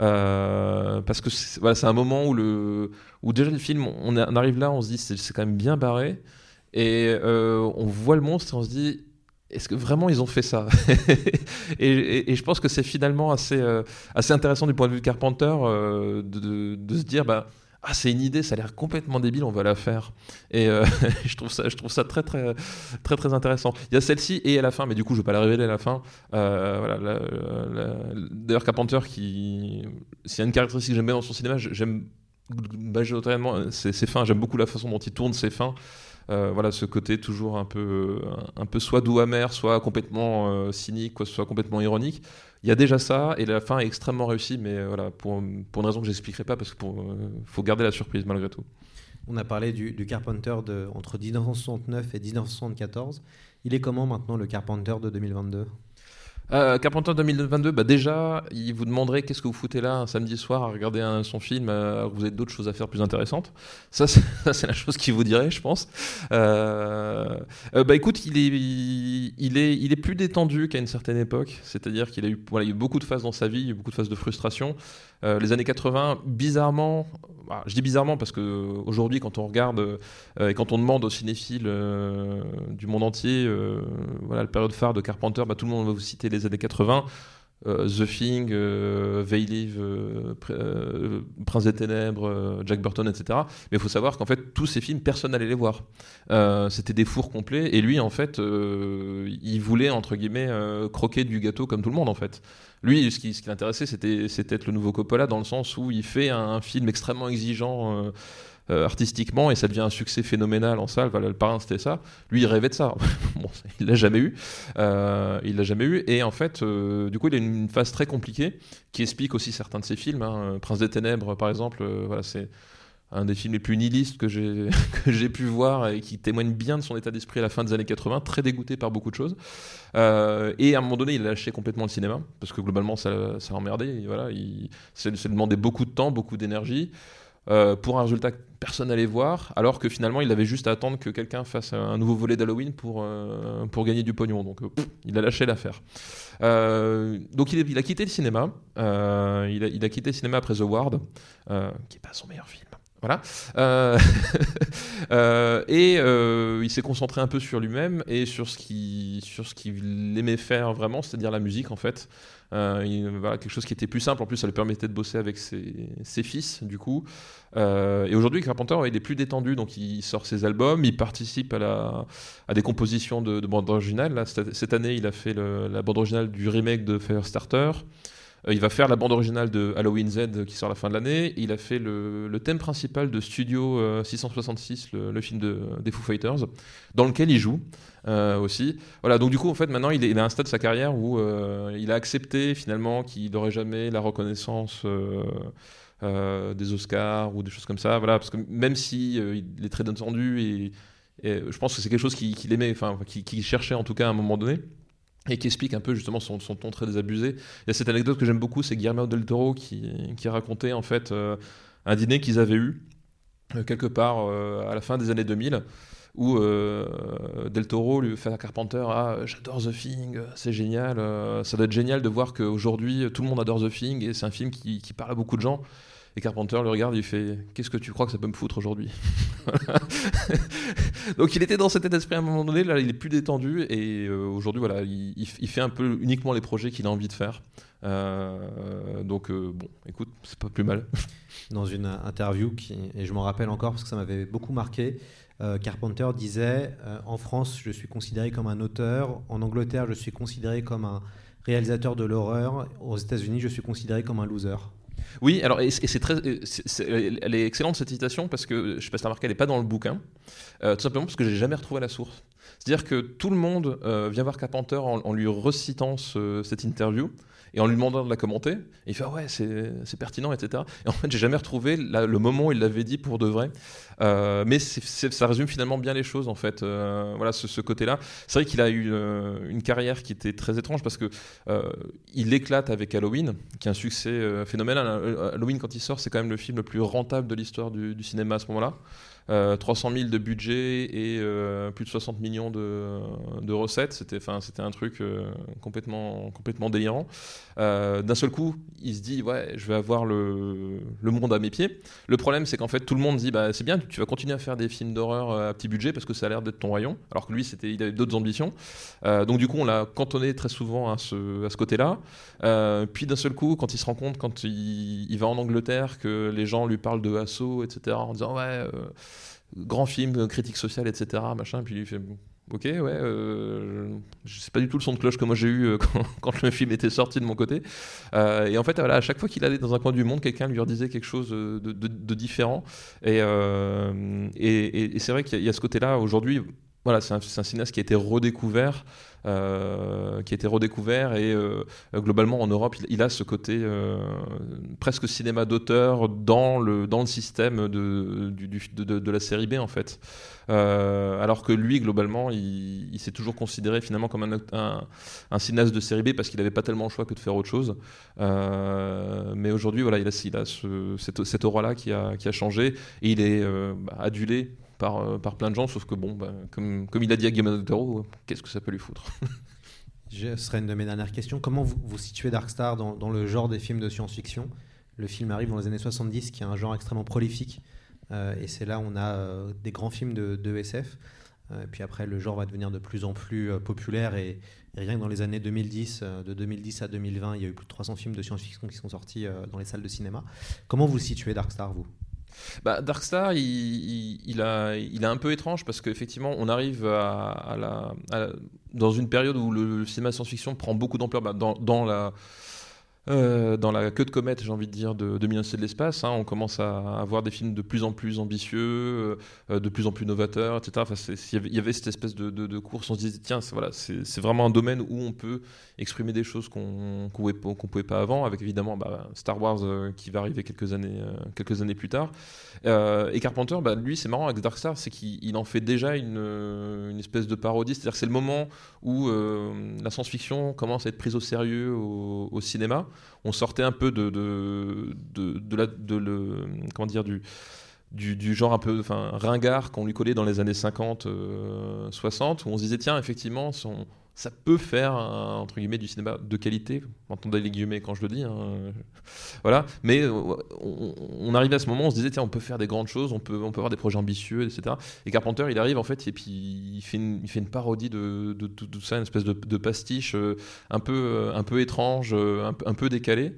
Euh, parce que c'est, voilà, c'est un moment où, le, où déjà le film, on, on arrive là, on se dit c'est, c'est quand même bien barré. Et euh, on voit le monstre et on se dit est-ce que vraiment ils ont fait ça? et, et, et je pense que c'est finalement assez, euh, assez intéressant du point de vue de Carpenter euh, de, de, de se dire bah, ah, c'est une idée, ça a l'air complètement débile, on va la faire. Et euh, je trouve ça, je trouve ça très, très, très, très intéressant. Il y a celle-ci et à la fin, mais du coup, je ne vais pas la révéler à la fin. Euh, voilà, la, la, d'ailleurs, Carpenter, qui, s'il y a une caractéristique que j'aime bien dans son cinéma, j'aime majoritairement ses, ses fins. J'aime beaucoup la façon dont il tourne ses fins. Euh, voilà, ce côté toujours un peu, un peu soit doux amer, soit complètement euh, cynique, soit complètement ironique. Il y a déjà ça, et la fin est extrêmement réussie, mais euh, voilà, pour, pour une raison que je n'expliquerai pas, parce qu'il euh, faut garder la surprise malgré tout. On a parlé du, du Carpenter de, entre dix-neuf cent soixante-neuf et dix-neuf cent soixante-quatorze. Il est comment maintenant le Carpenter de deux mille vingt-deux ? Euh, Carpenter deux mille vingt-deux, bah déjà, il vous demanderait qu'est-ce que vous foutez là un samedi soir à regarder un, son film, euh, vous avez d'autres choses à faire plus intéressantes. Ça, c'est, ça, c'est la chose qu'il vous dirait, je pense. Euh, euh, bah écoute, il est, il, est, il est plus détendu qu'à une certaine époque, c'est-à-dire qu'il a eu, voilà, il y a eu beaucoup de phases dans sa vie, il y a eu beaucoup de phases de frustration. Euh, les années quatre-vingts, bizarrement, bah, je dis bizarrement parce qu'aujourd'hui, quand on regarde euh, et quand on demande aux cinéphiles euh, du monde entier, euh, voilà, la période phare de Carpenter, bah, tout le monde va vous citer les années quatre-vingts, euh, The Thing, euh, They Live, euh, euh, Prince des Ténèbres, euh, Jack Burton, et cetera. Mais il faut savoir qu'en fait, tous ces films, personne n'allait les voir. Euh, c'était des fours complets, et lui, en fait, euh, il voulait, entre guillemets, euh, croquer du gâteau comme tout le monde, en fait. Lui, ce qui, ce qui l'intéressait, c'était, c'était être le nouveau Coppola, dans le sens où il fait un, un film extrêmement exigeant euh, euh, artistiquement, et ça devient un succès phénoménal en salle. Voilà, le Parrain, c'était ça. Lui, il rêvait de ça. Bon, il l'a jamais eu. Euh, il l'a jamais eu. Et en fait, euh, du coup, il a une phase très compliquée qui explique aussi certains de ses films. Hein. Prince des Ténèbres, par exemple, euh, voilà, c'est un des films les plus nihilistes que j'ai, que j'ai pu voir et qui témoigne bien de son état d'esprit à la fin des années quatre-vingts, très dégoûté par beaucoup de choses. Euh, et à un moment donné, il a lâché complètement le cinéma, parce que globalement, ça, ça a emmerdé. Et voilà, il s'est demandé beaucoup de temps, beaucoup d'énergie, euh, pour un résultat que personne n'allait voir, alors que finalement, il avait juste à attendre que quelqu'un fasse un nouveau volet d'Halloween pour, euh, pour gagner du pognon. Donc, euh, pff, il a lâché l'affaire. Euh, donc, il, est, il a quitté le cinéma. Euh, il, a, il a quitté le cinéma après The Ward, euh, qui n'est pas son meilleur film. Voilà. Euh, euh, et euh, il s'est concentré un peu sur lui-même et sur ce qu'il, sur ce qu'il aimait faire vraiment, c'est-à-dire la musique en fait. Euh, il, voilà, quelque chose qui était plus simple. En plus, ça lui permettait de bosser avec ses, ses fils, du coup. Euh, et aujourd'hui, Carpenter, il est plus détendu, donc il sort ses albums, il participe à, la, à des compositions de, de bande originale. Là, cette, cette année, il a fait le, la bande originale du remake de Firestarter. Il va faire la bande originale de Halloween Z qui sort à la fin de l'année. Il a fait le, le thème principal de Studio euh, six cent soixante-six, le, le film de, des Foo Fighters, dans lequel il joue euh, aussi. Voilà, donc du coup, en fait, maintenant, il est, il est à un stade de sa carrière où euh, il a accepté finalement qu'il n'aurait jamais la reconnaissance euh, euh, des Oscars ou des choses comme ça. Voilà, parce que même si euh, il est très détendu et, et je pense que c'est quelque chose qu'il, qu'il aimait, enfin, qu'il, qu'il cherchait en tout cas à un moment donné. Et qui explique un peu justement son, son ton très désabusé. Il y a cette anecdote que j'aime beaucoup, c'est Guillermo del Toro qui, qui racontait en fait euh, un dîner qu'ils avaient eu euh, quelque part euh, à la fin des années deux mille, où euh, del Toro lui fait à Carpenter « Ah, j'adore The Thing, c'est génial, euh, ça doit être génial de voir qu'aujourd'hui tout le monde adore The Thing et c'est un film qui, qui parle à beaucoup de gens. » Et Carpenter le regarde et il fait « Qu'est-ce que tu crois que ça peut me foutre aujourd'hui ?» Donc il était dans cet état d'esprit à un moment donné, là il est plus détendu et euh, aujourd'hui voilà, il, il fait un peu uniquement les projets qu'il a envie de faire. Euh, donc euh, bon, écoute, c'est pas plus mal. Dans une interview, qui, et je m'en rappelle encore parce que ça m'avait beaucoup marqué, euh, Carpenter disait euh, « En France, je suis considéré comme un auteur, en Angleterre, je suis considéré comme un réalisateur de l'horreur, aux États-Unis, je suis considéré comme un loser ». Oui, alors et c'est, et c'est très, c'est, c'est, elle est excellente cette citation parce que je sais pas si t'as remarqué, elle est pas dans le bouquin, euh, tout simplement parce que j'ai jamais retrouvé la source. C'est-à-dire que tout le monde euh, vient voir Carpenter en, en lui recitant ce, cette interview et en lui demandant de la commenter. Et il fait ah ouais, c'est, c'est pertinent, et cetera. Et en fait, j'ai jamais retrouvé la, le moment où il l'avait dit pour de vrai. Euh, mais c'est, c'est, ça résume finalement bien les choses en fait. Euh, voilà, ce, ce côté-là. C'est vrai qu'il a eu euh, une carrière qui était très étrange parce que euh, il éclate avec Halloween, qui est un succès euh, phénoménal. Halloween, quand il sort, c'est quand même le film le plus rentable de l'histoire du, du cinéma à ce moment-là. euh, trois cent mille de budget et euh, plus de soixante millions de, de recettes. C'était, enfin, c'était un truc euh, complètement, complètement délirant. Euh, d'un seul coup, il se dit ouais, je vais avoir le, le monde à mes pieds. Le problème, c'est qu'en fait, tout le monde dit bah, c'est bien, tu vas continuer à faire des films d'horreur à petit budget parce que ça a l'air d'être ton rayon. Alors que lui, c'était, il avait d'autres ambitions. Euh, donc du coup, on l'a cantonné très souvent à ce, à ce côté-là. Euh, puis d'un seul coup, quand il se rend compte, quand il, il va en Angleterre, que les gens lui parlent de Assaut, et cetera, en disant ouais, euh, grand film, critique sociale, et cetera, machin, puis il fait ok, ouais, euh, je sais pas du tout le son de cloche que moi j'ai eu quand, quand le film était sorti de mon côté. Euh, et en fait, voilà, à chaque fois qu'il allait dans un coin du monde, quelqu'un lui redisait quelque chose de, de, de différent. Et, euh, et, et, et c'est vrai qu'il y a, il y a ce côté-là aujourd'hui. Voilà, c'est un, c'est un cinéaste qui a été redécouvert, euh, qui a été redécouvert et euh, globalement en Europe, il, il a ce côté euh, presque cinéma d'auteur dans le dans le système de du, du, de, de la série B en fait. Euh, alors que lui, globalement, il, il s'est toujours considéré finalement comme un, un, un cinéaste de série B parce qu'il n'avait pas tellement le choix que de faire autre chose. Euh, mais aujourd'hui, voilà, il a, il a ce, cette, cette aura-là qui a, qui a changé et il est euh, bah, adulé Par, euh, par plein de gens, sauf que bon, bah, comme, comme il a dit à Guillermo del Toro, qu'est-ce que ça peut lui foutre? Ce serait une de mes dernières questions. Comment vous, vous situez Dark Star dans, dans le genre des films de science-fiction? Le film arrive dans les années soixante-dix, qui est un genre extrêmement prolifique, euh, et c'est là où on a euh, des grands films de, de S F. Euh, puis après, le genre va devenir de plus en plus euh, populaire, et, et rien que dans les années deux mille dix, euh, de deux mille dix à deux mille vingt, il y a eu plus de trois cents films de science-fiction qui sont sortis euh, dans les salles de cinéma. Comment vous situez Dark Star, vous? Bah, Dark Star, il, il, il, a, il est un peu étrange parce qu'effectivement, on arrive à, à la, à, dans une période où le, le cinéma science-fiction prend beaucoup d'ampleur bah, dans, dans la... Euh, dans la queue de comète, j'ai envie de dire, de, de Mille Odyssées de l'espace, hein, on commence à avoir des films de plus en plus ambitieux, euh, de plus en plus novateurs, et cetera. Enfin, c'est, il, y avait, il y avait cette espèce de, de, de course, on se disait, tiens, c'est, voilà, c'est, c'est vraiment un domaine où on peut exprimer des choses qu'on qu'on pouvait, qu'on pouvait pas avant, avec évidemment bah, Star Wars euh, qui va arriver quelques années, euh, quelques années plus tard. Euh, et Carpenter, bah, lui, c'est marrant avec Dark Star, c'est qu'il il en fait déjà une, une espèce de parodie, c'est-à-dire que c'est le moment où euh, la science-fiction commence à être prise au sérieux au, au cinéma. On sortait un peu de, de, de, de, la, de le, comment dire, du, du, du genre un peu enfin, ringard qu'on lui collait dans les années cinquante, soixante, où on se disait, tiens, effectivement, son, ça peut faire un, entre guillemets du cinéma de qualité, entendez les guillemets quand je le dis, hein, voilà. Mais on, on arrivait à ce moment, on se disait tiens, on peut faire des grandes choses, on peut, on peut avoir des projets ambitieux, et cetera. Et Carpenter, il arrive en fait et puis il fait une, il fait une parodie de, de, de, de tout ça, une espèce de, de pastiche euh, un peu, un peu étrange, euh, un, un peu décalé.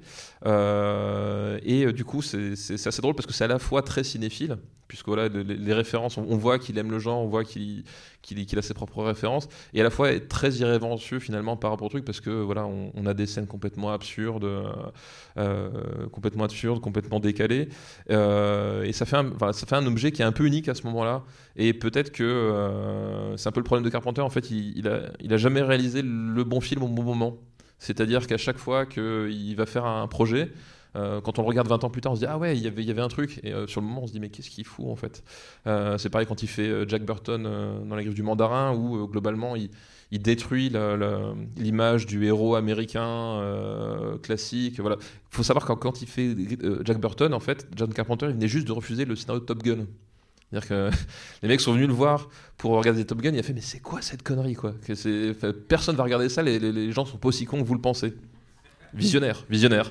Euh, et euh, du coup, c'est, c'est, c'est assez drôle parce que c'est à la fois très cinéphile, puisque voilà, les, les références, on, on voit qu'il aime le genre, on voit qu'il, qu'il, qu'il a ses propres références, et à la fois est très irrévérencieux finalement par rapport au truc, parce que voilà, on, on a des scènes complètement absurdes, euh, complètement absurdes, complètement décalées, euh, et ça fait, un, enfin, ça fait un objet qui est un peu unique à ce moment-là, et peut-être que euh, c'est un peu le problème de Carpenter, en fait, il, il, a, il a jamais réalisé le bon film au bon moment. C'est-à-dire qu'à chaque fois qu'il va faire un projet, euh, quand on le regarde vingt ans plus tard, on se dit ah ouais, y avait, il y avait un truc, et euh, sur le moment on se dit mais qu'est-ce qu'il fout en fait. euh, C'est pareil quand il fait euh, Jack Burton euh, dans La Griffe du Mandarin, où euh, globalement il, il détruit la, la, l'image du héros américain euh, classique. Voilà. Il faut savoir que quand il fait euh, Jack Burton, en fait, John Carpenter il venait juste de refuser le scénario de Top Gun. C'est-à-dire que les mecs sont venus le voir pour regarder Top Gun, il a fait mais c'est quoi cette connerie quoi, que c'est, enfin, personne va regarder ça, les, les, les gens sont pas aussi cons que vous le pensez. Visionnaire, visionnaire.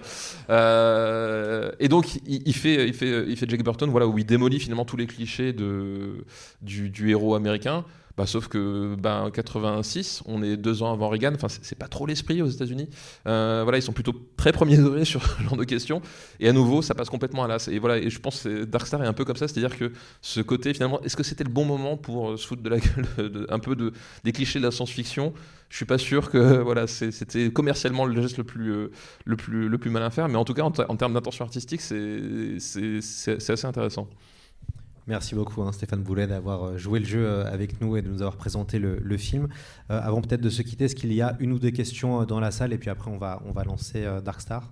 Euh, et donc il, il, fait, il, fait, il fait Jack Burton, voilà, où il démolit finalement tous les clichés de, du, du héros américain. Bah, sauf que bah, en quatre-vingt-six, on est deux ans avant Reagan, enfin, c'est, c'est pas trop l'esprit aux États-Unis. Euh, voilà, ils sont plutôt très premier degré sur ce genre de questions. Et à nouveau, ça passe complètement à l'as. Et voilà, et je pense que Dark Star est un peu comme ça, c'est-à-dire que ce côté, finalement, est-ce que c'était le bon moment pour se foutre de la gueule de, un peu de, des clichés de la science-fiction? Je suis pas sûr que voilà, c'est, c'était commercialement le geste le plus, euh, le plus, le plus malin à faire, mais en tout cas, en, t- en termes d'intention artistique, c'est, c'est, c'est, c'est assez intéressant. Merci beaucoup hein, Stéphane Boulet d'avoir joué le jeu avec nous et de nous avoir présenté le, le film. Euh, avant peut-être de se quitter, est-ce qu'il y a une ou deux questions dans la salle et puis après on va, on va lancer euh, Dark Star?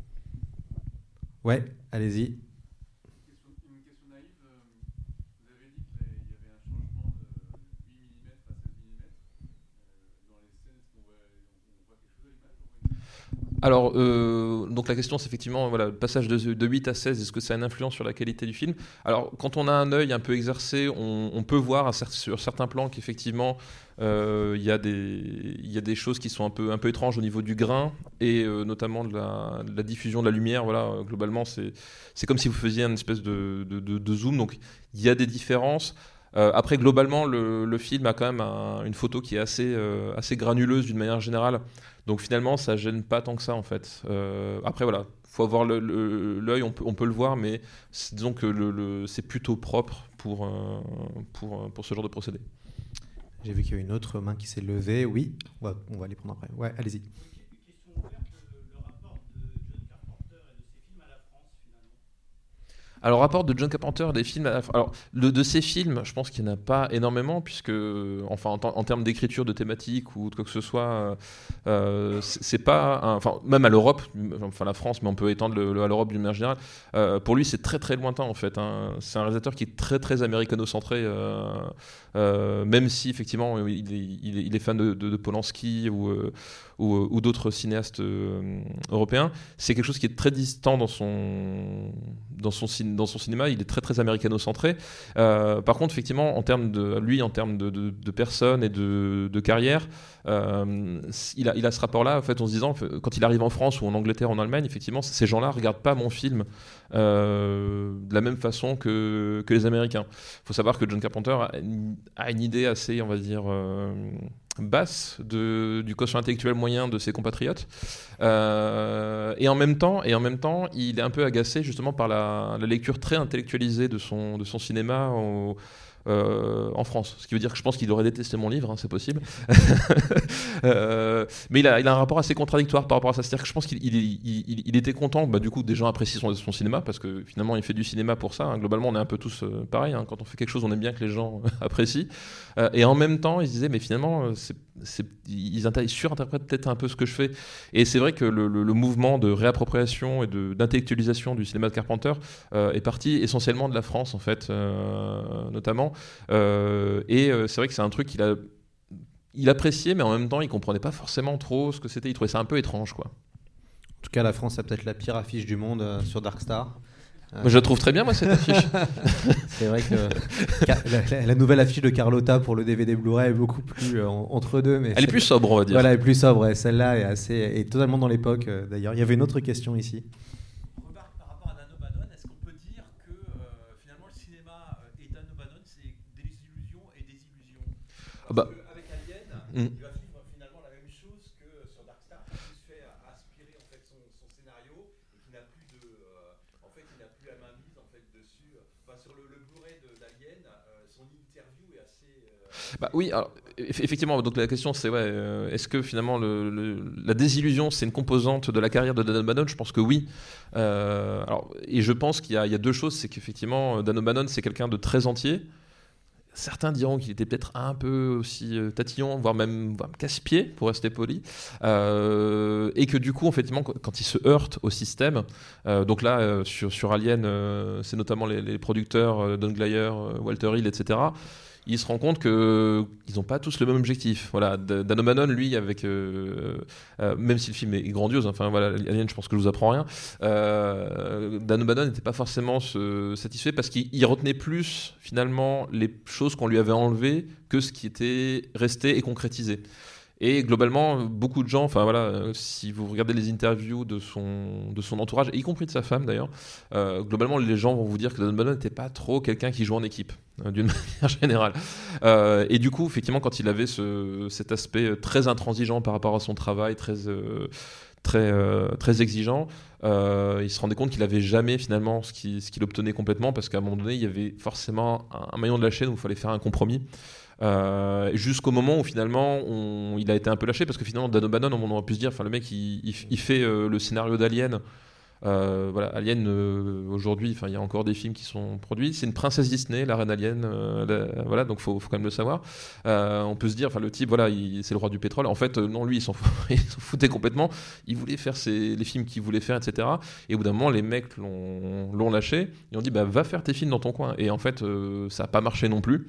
Ouais, allez-y. Une question naïve, vous avez dit qu'il y avait un changement de huit millimètres à seize millimètres. Dans les scènes, est-ce qu'on voit, on voit quelque chose à l'image? Alors, euh, donc la question c'est effectivement voilà, le passage de, de huit à seize, est-ce que ça a une influence sur la qualité du film ? Alors, quand on a un œil un peu exercé, on, on peut voir à cer- sur certains plans qu'effectivement il euh, y, y a des choses qui sont un peu, un peu étranges au niveau du grain et euh, notamment de la, de la diffusion de la lumière. Voilà, globalement, c'est, c'est comme si vous faisiez une espèce de, de, de, de zoom, donc il y a des différences. Euh, après, globalement, le, le film a quand même un, une photo qui est assez, euh, assez granuleuse d'une manière générale. Donc finalement, ça gêne pas tant que ça en fait. Euh, après voilà, faut avoir le, le, l'œil, on peut, on peut le voir, mais c'est, disons que le, le, c'est plutôt propre pour, euh, pour, pour ce genre de procédé. J'ai vu qu'il y a une autre main qui s'est levée. Oui, on va, on va les prendre après. Ouais, allez-y. Alors, rapport de John Carpenter des films. Alors, de, de ces films, je pense qu'il n'y en a pas énormément, puisque, enfin, en, en termes d'écriture, de thématique ou de quoi que ce soit, euh, c'est, c'est pas. Un, enfin, même à l'Europe, enfin la France, mais on peut étendre le, le, à l'Europe d'une manière générale. Euh, pour lui, c'est très très lointain en fait. Hein. C'est un réalisateur qui est très très américano-centré, euh, euh, même si effectivement il est, il est, il est fan de, de, de Polanski ou. Euh, Ou, ou d'autres cinéastes euh, européens, c'est quelque chose qui est très distant dans son, dans son, dans son cinéma, il est très très américano-centré. Euh, par contre, effectivement, en termes de, lui, en termes de, de, de personnes et de, de carrière, euh, il, a, il a ce rapport-là, en fait, en se disant, quand il arrive en France ou en Angleterre ou en Allemagne, effectivement, ces gens-là ne regardent pas mon film euh, de la même façon que, que les Américains. Il faut savoir que John Carpenter a une, a une idée assez, on va dire... Euh, basse de, du quotient intellectuel moyen de ses compatriotes euh, et en même temps et en même temps il est un peu agacé justement par la, la lecture très intellectualisée de son, de son cinéma au, Euh, en France, ce qui veut dire que je pense qu'il aurait détesté mon livre, hein, c'est possible. euh, mais il a, il a un rapport assez contradictoire par rapport à ça. C'est-à-dire que je pense qu'il il, il, il était content, bah, du coup, des gens apprécient son, son cinéma parce que finalement, il fait du cinéma pour ça. Hein. Globalement, on est un peu tous euh, pareil. Hein. Quand on fait quelque chose, on aime bien que les gens apprécient. Euh, et en même temps, il se disait, mais finalement, c'est, c'est, ils, ils surinterprètent peut-être un peu ce que je fais. Et c'est vrai que le, le, le mouvement de réappropriation et de, d'intellectualisation du cinéma de Carpenter euh, est parti essentiellement de la France, en fait, euh, notamment. Euh, et euh, c'est vrai que c'est un truc qu'il a, il appréciait, mais en même temps, il comprenait pas forcément trop ce que c'était. Il trouvait ça un peu étrange, quoi. En tout cas, la France a peut-être la pire affiche du monde euh, sur Dark Star. Euh... Je la trouve très bien, moi, cette affiche. C'est vrai que la, la, la nouvelle affiche de Carlotta pour le D V D Blu-ray est beaucoup plus euh, entre deux. Mais elle est plus sobre, on va dire. Voilà, elle est plus sobre. Et celle-là est, assez, est totalement dans l'époque, euh, d'ailleurs. Il y avait une autre question ici. Bah. Avec Alien, mm. il va vivre finalement la même chose que sur Dark Star, qui se fait aspirer en fait son, son scénario et qui n'a plus de, euh, en fait, il n'a plus la main mise en fait dessus. Enfin, sur le, le Blu-ray de, d'Alien, euh, son interview est assez. Euh, bah oui, alors, effectivement. Donc la question c'est ouais, euh, est-ce que finalement le, le, la désillusion c'est une composante de la carrière de Dan O'Bannon ? Je pense que oui. Euh, alors, et je pense qu'il y a, il y a deux choses, c'est qu'effectivement Dan O'Bannon c'est quelqu'un de très entier. Certains diront qu'il était peut-être un peu aussi euh, tatillon, voire même, voire même casse-pied, pour rester poli, euh, et que du coup, effectivement, quand il se heurte au système, euh, donc là, euh, sur, sur Alien, euh, c'est notamment les, les producteurs, euh, Don Glayer, euh, Walter Hill, et cetera, il se rend compte qu'ils n'ont pas tous le même objectif. Voilà, Dan O'Bannon, lui, avec, euh, euh, même si le film est grandiose, enfin voilà, Alien, je pense que je vous apprends rien, euh, Dan O'Bannon n'était pas forcément ce, satisfait parce qu'il retenait plus, finalement, les choses qu'on lui avait enlevées que ce qui était resté et concrétisé. Et globalement, beaucoup de gens, enfin voilà, si vous regardez les interviews de son, de son entourage, y compris de sa femme d'ailleurs, euh, globalement les gens vont vous dire que Dan O'Bannon n'était pas trop quelqu'un qui joue en équipe, euh, d'une manière générale. Euh, et du coup, effectivement, quand il avait ce, cet aspect très intransigeant par rapport à son travail, très, euh, très, euh, très exigeant, euh, il se rendait compte qu'il n'avait jamais finalement ce qu'il, ce qu'il obtenait complètement, parce qu'à un moment donné, il y avait forcément un, un maillon de la chaîne où il fallait faire un compromis. Euh, jusqu'au moment où finalement on, il a été un peu lâché parce que finalement Dan O'Bannon on aurait pu se dire enfin le mec il, il, il fait euh, le scénario d'Alien euh, voilà Alien euh, aujourd'hui enfin il y a encore des films qui sont produits, c'est une princesse Disney la reine Alien euh, la, voilà donc faut, faut quand même le savoir. Euh, on peut se dire enfin le type voilà il, c'est le roi du pétrole en fait euh, non lui il s'en, fout, il s'en foutait complètement, il voulait faire ses, les films qu'il voulait faire etc et au bout d'un moment les mecs l'ont, l'ont lâché et ont dit bah va faire tes films dans ton coin et en fait euh, ça a pas marché non plus.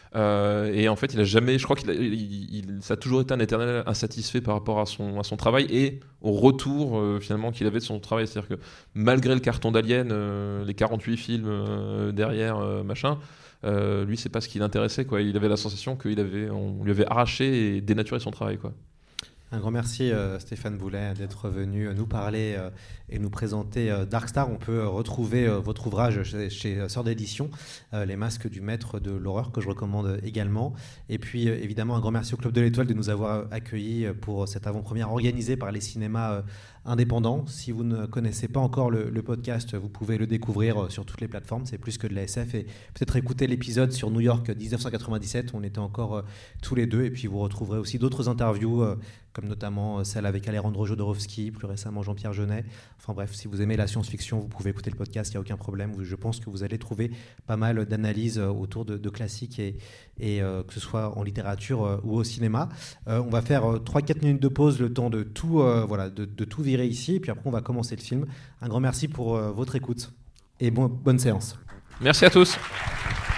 Euh, et en fait, il a jamais, je crois qu'il a, il, il, ça a toujours été un éternel insatisfait par rapport à son, à son travail et au retour euh, finalement qu'il avait de son travail. C'est-à-dire que malgré le carton d'Alien, euh, les quarante-huit films euh, derrière, euh, machin, euh, lui, c'est pas ce qui l'intéressait, quoi. Il avait la sensation qu'il avait, on lui avait arraché et dénaturé son travail, quoi. Un grand merci euh, Stéphane Boulet d'être venu nous parler euh, et nous présenter euh, Dark Star. On peut euh, retrouver euh, votre ouvrage chez, chez Sœur d'édition, euh, Les masques du maître de l'horreur, que je recommande également. Et puis euh, évidemment un grand merci au Club de l'Étoile de nous avoir accueillis pour cette avant-première organisée par les cinémas euh, indépendants. Si vous ne connaissez pas encore le, le podcast, vous pouvez le découvrir sur toutes les plateformes. C'est plus que de la S F. Et peut-être écouter l'épisode sur New York dix-neuf cent quatre-vingt-dix-sept. On était encore euh, tous les deux. Et puis vous retrouverez aussi d'autres interviews euh, comme notamment celle avec Alejandro Jodorowsky, plus récemment Jean-Pierre Jeunet. Enfin bref, si vous aimez la science-fiction, vous pouvez écouter le podcast, il n'y a aucun problème. Je pense que vous allez trouver pas mal d'analyses autour de, de classiques, et, et euh, que ce soit en littérature euh, ou au cinéma. Euh, on va faire euh, trois quatre minutes de pause, le temps de tout, euh, voilà, de, de tout virer ici, et puis après on va commencer le film. Un grand merci pour euh, votre écoute, et bon, bonne séance. Merci à tous.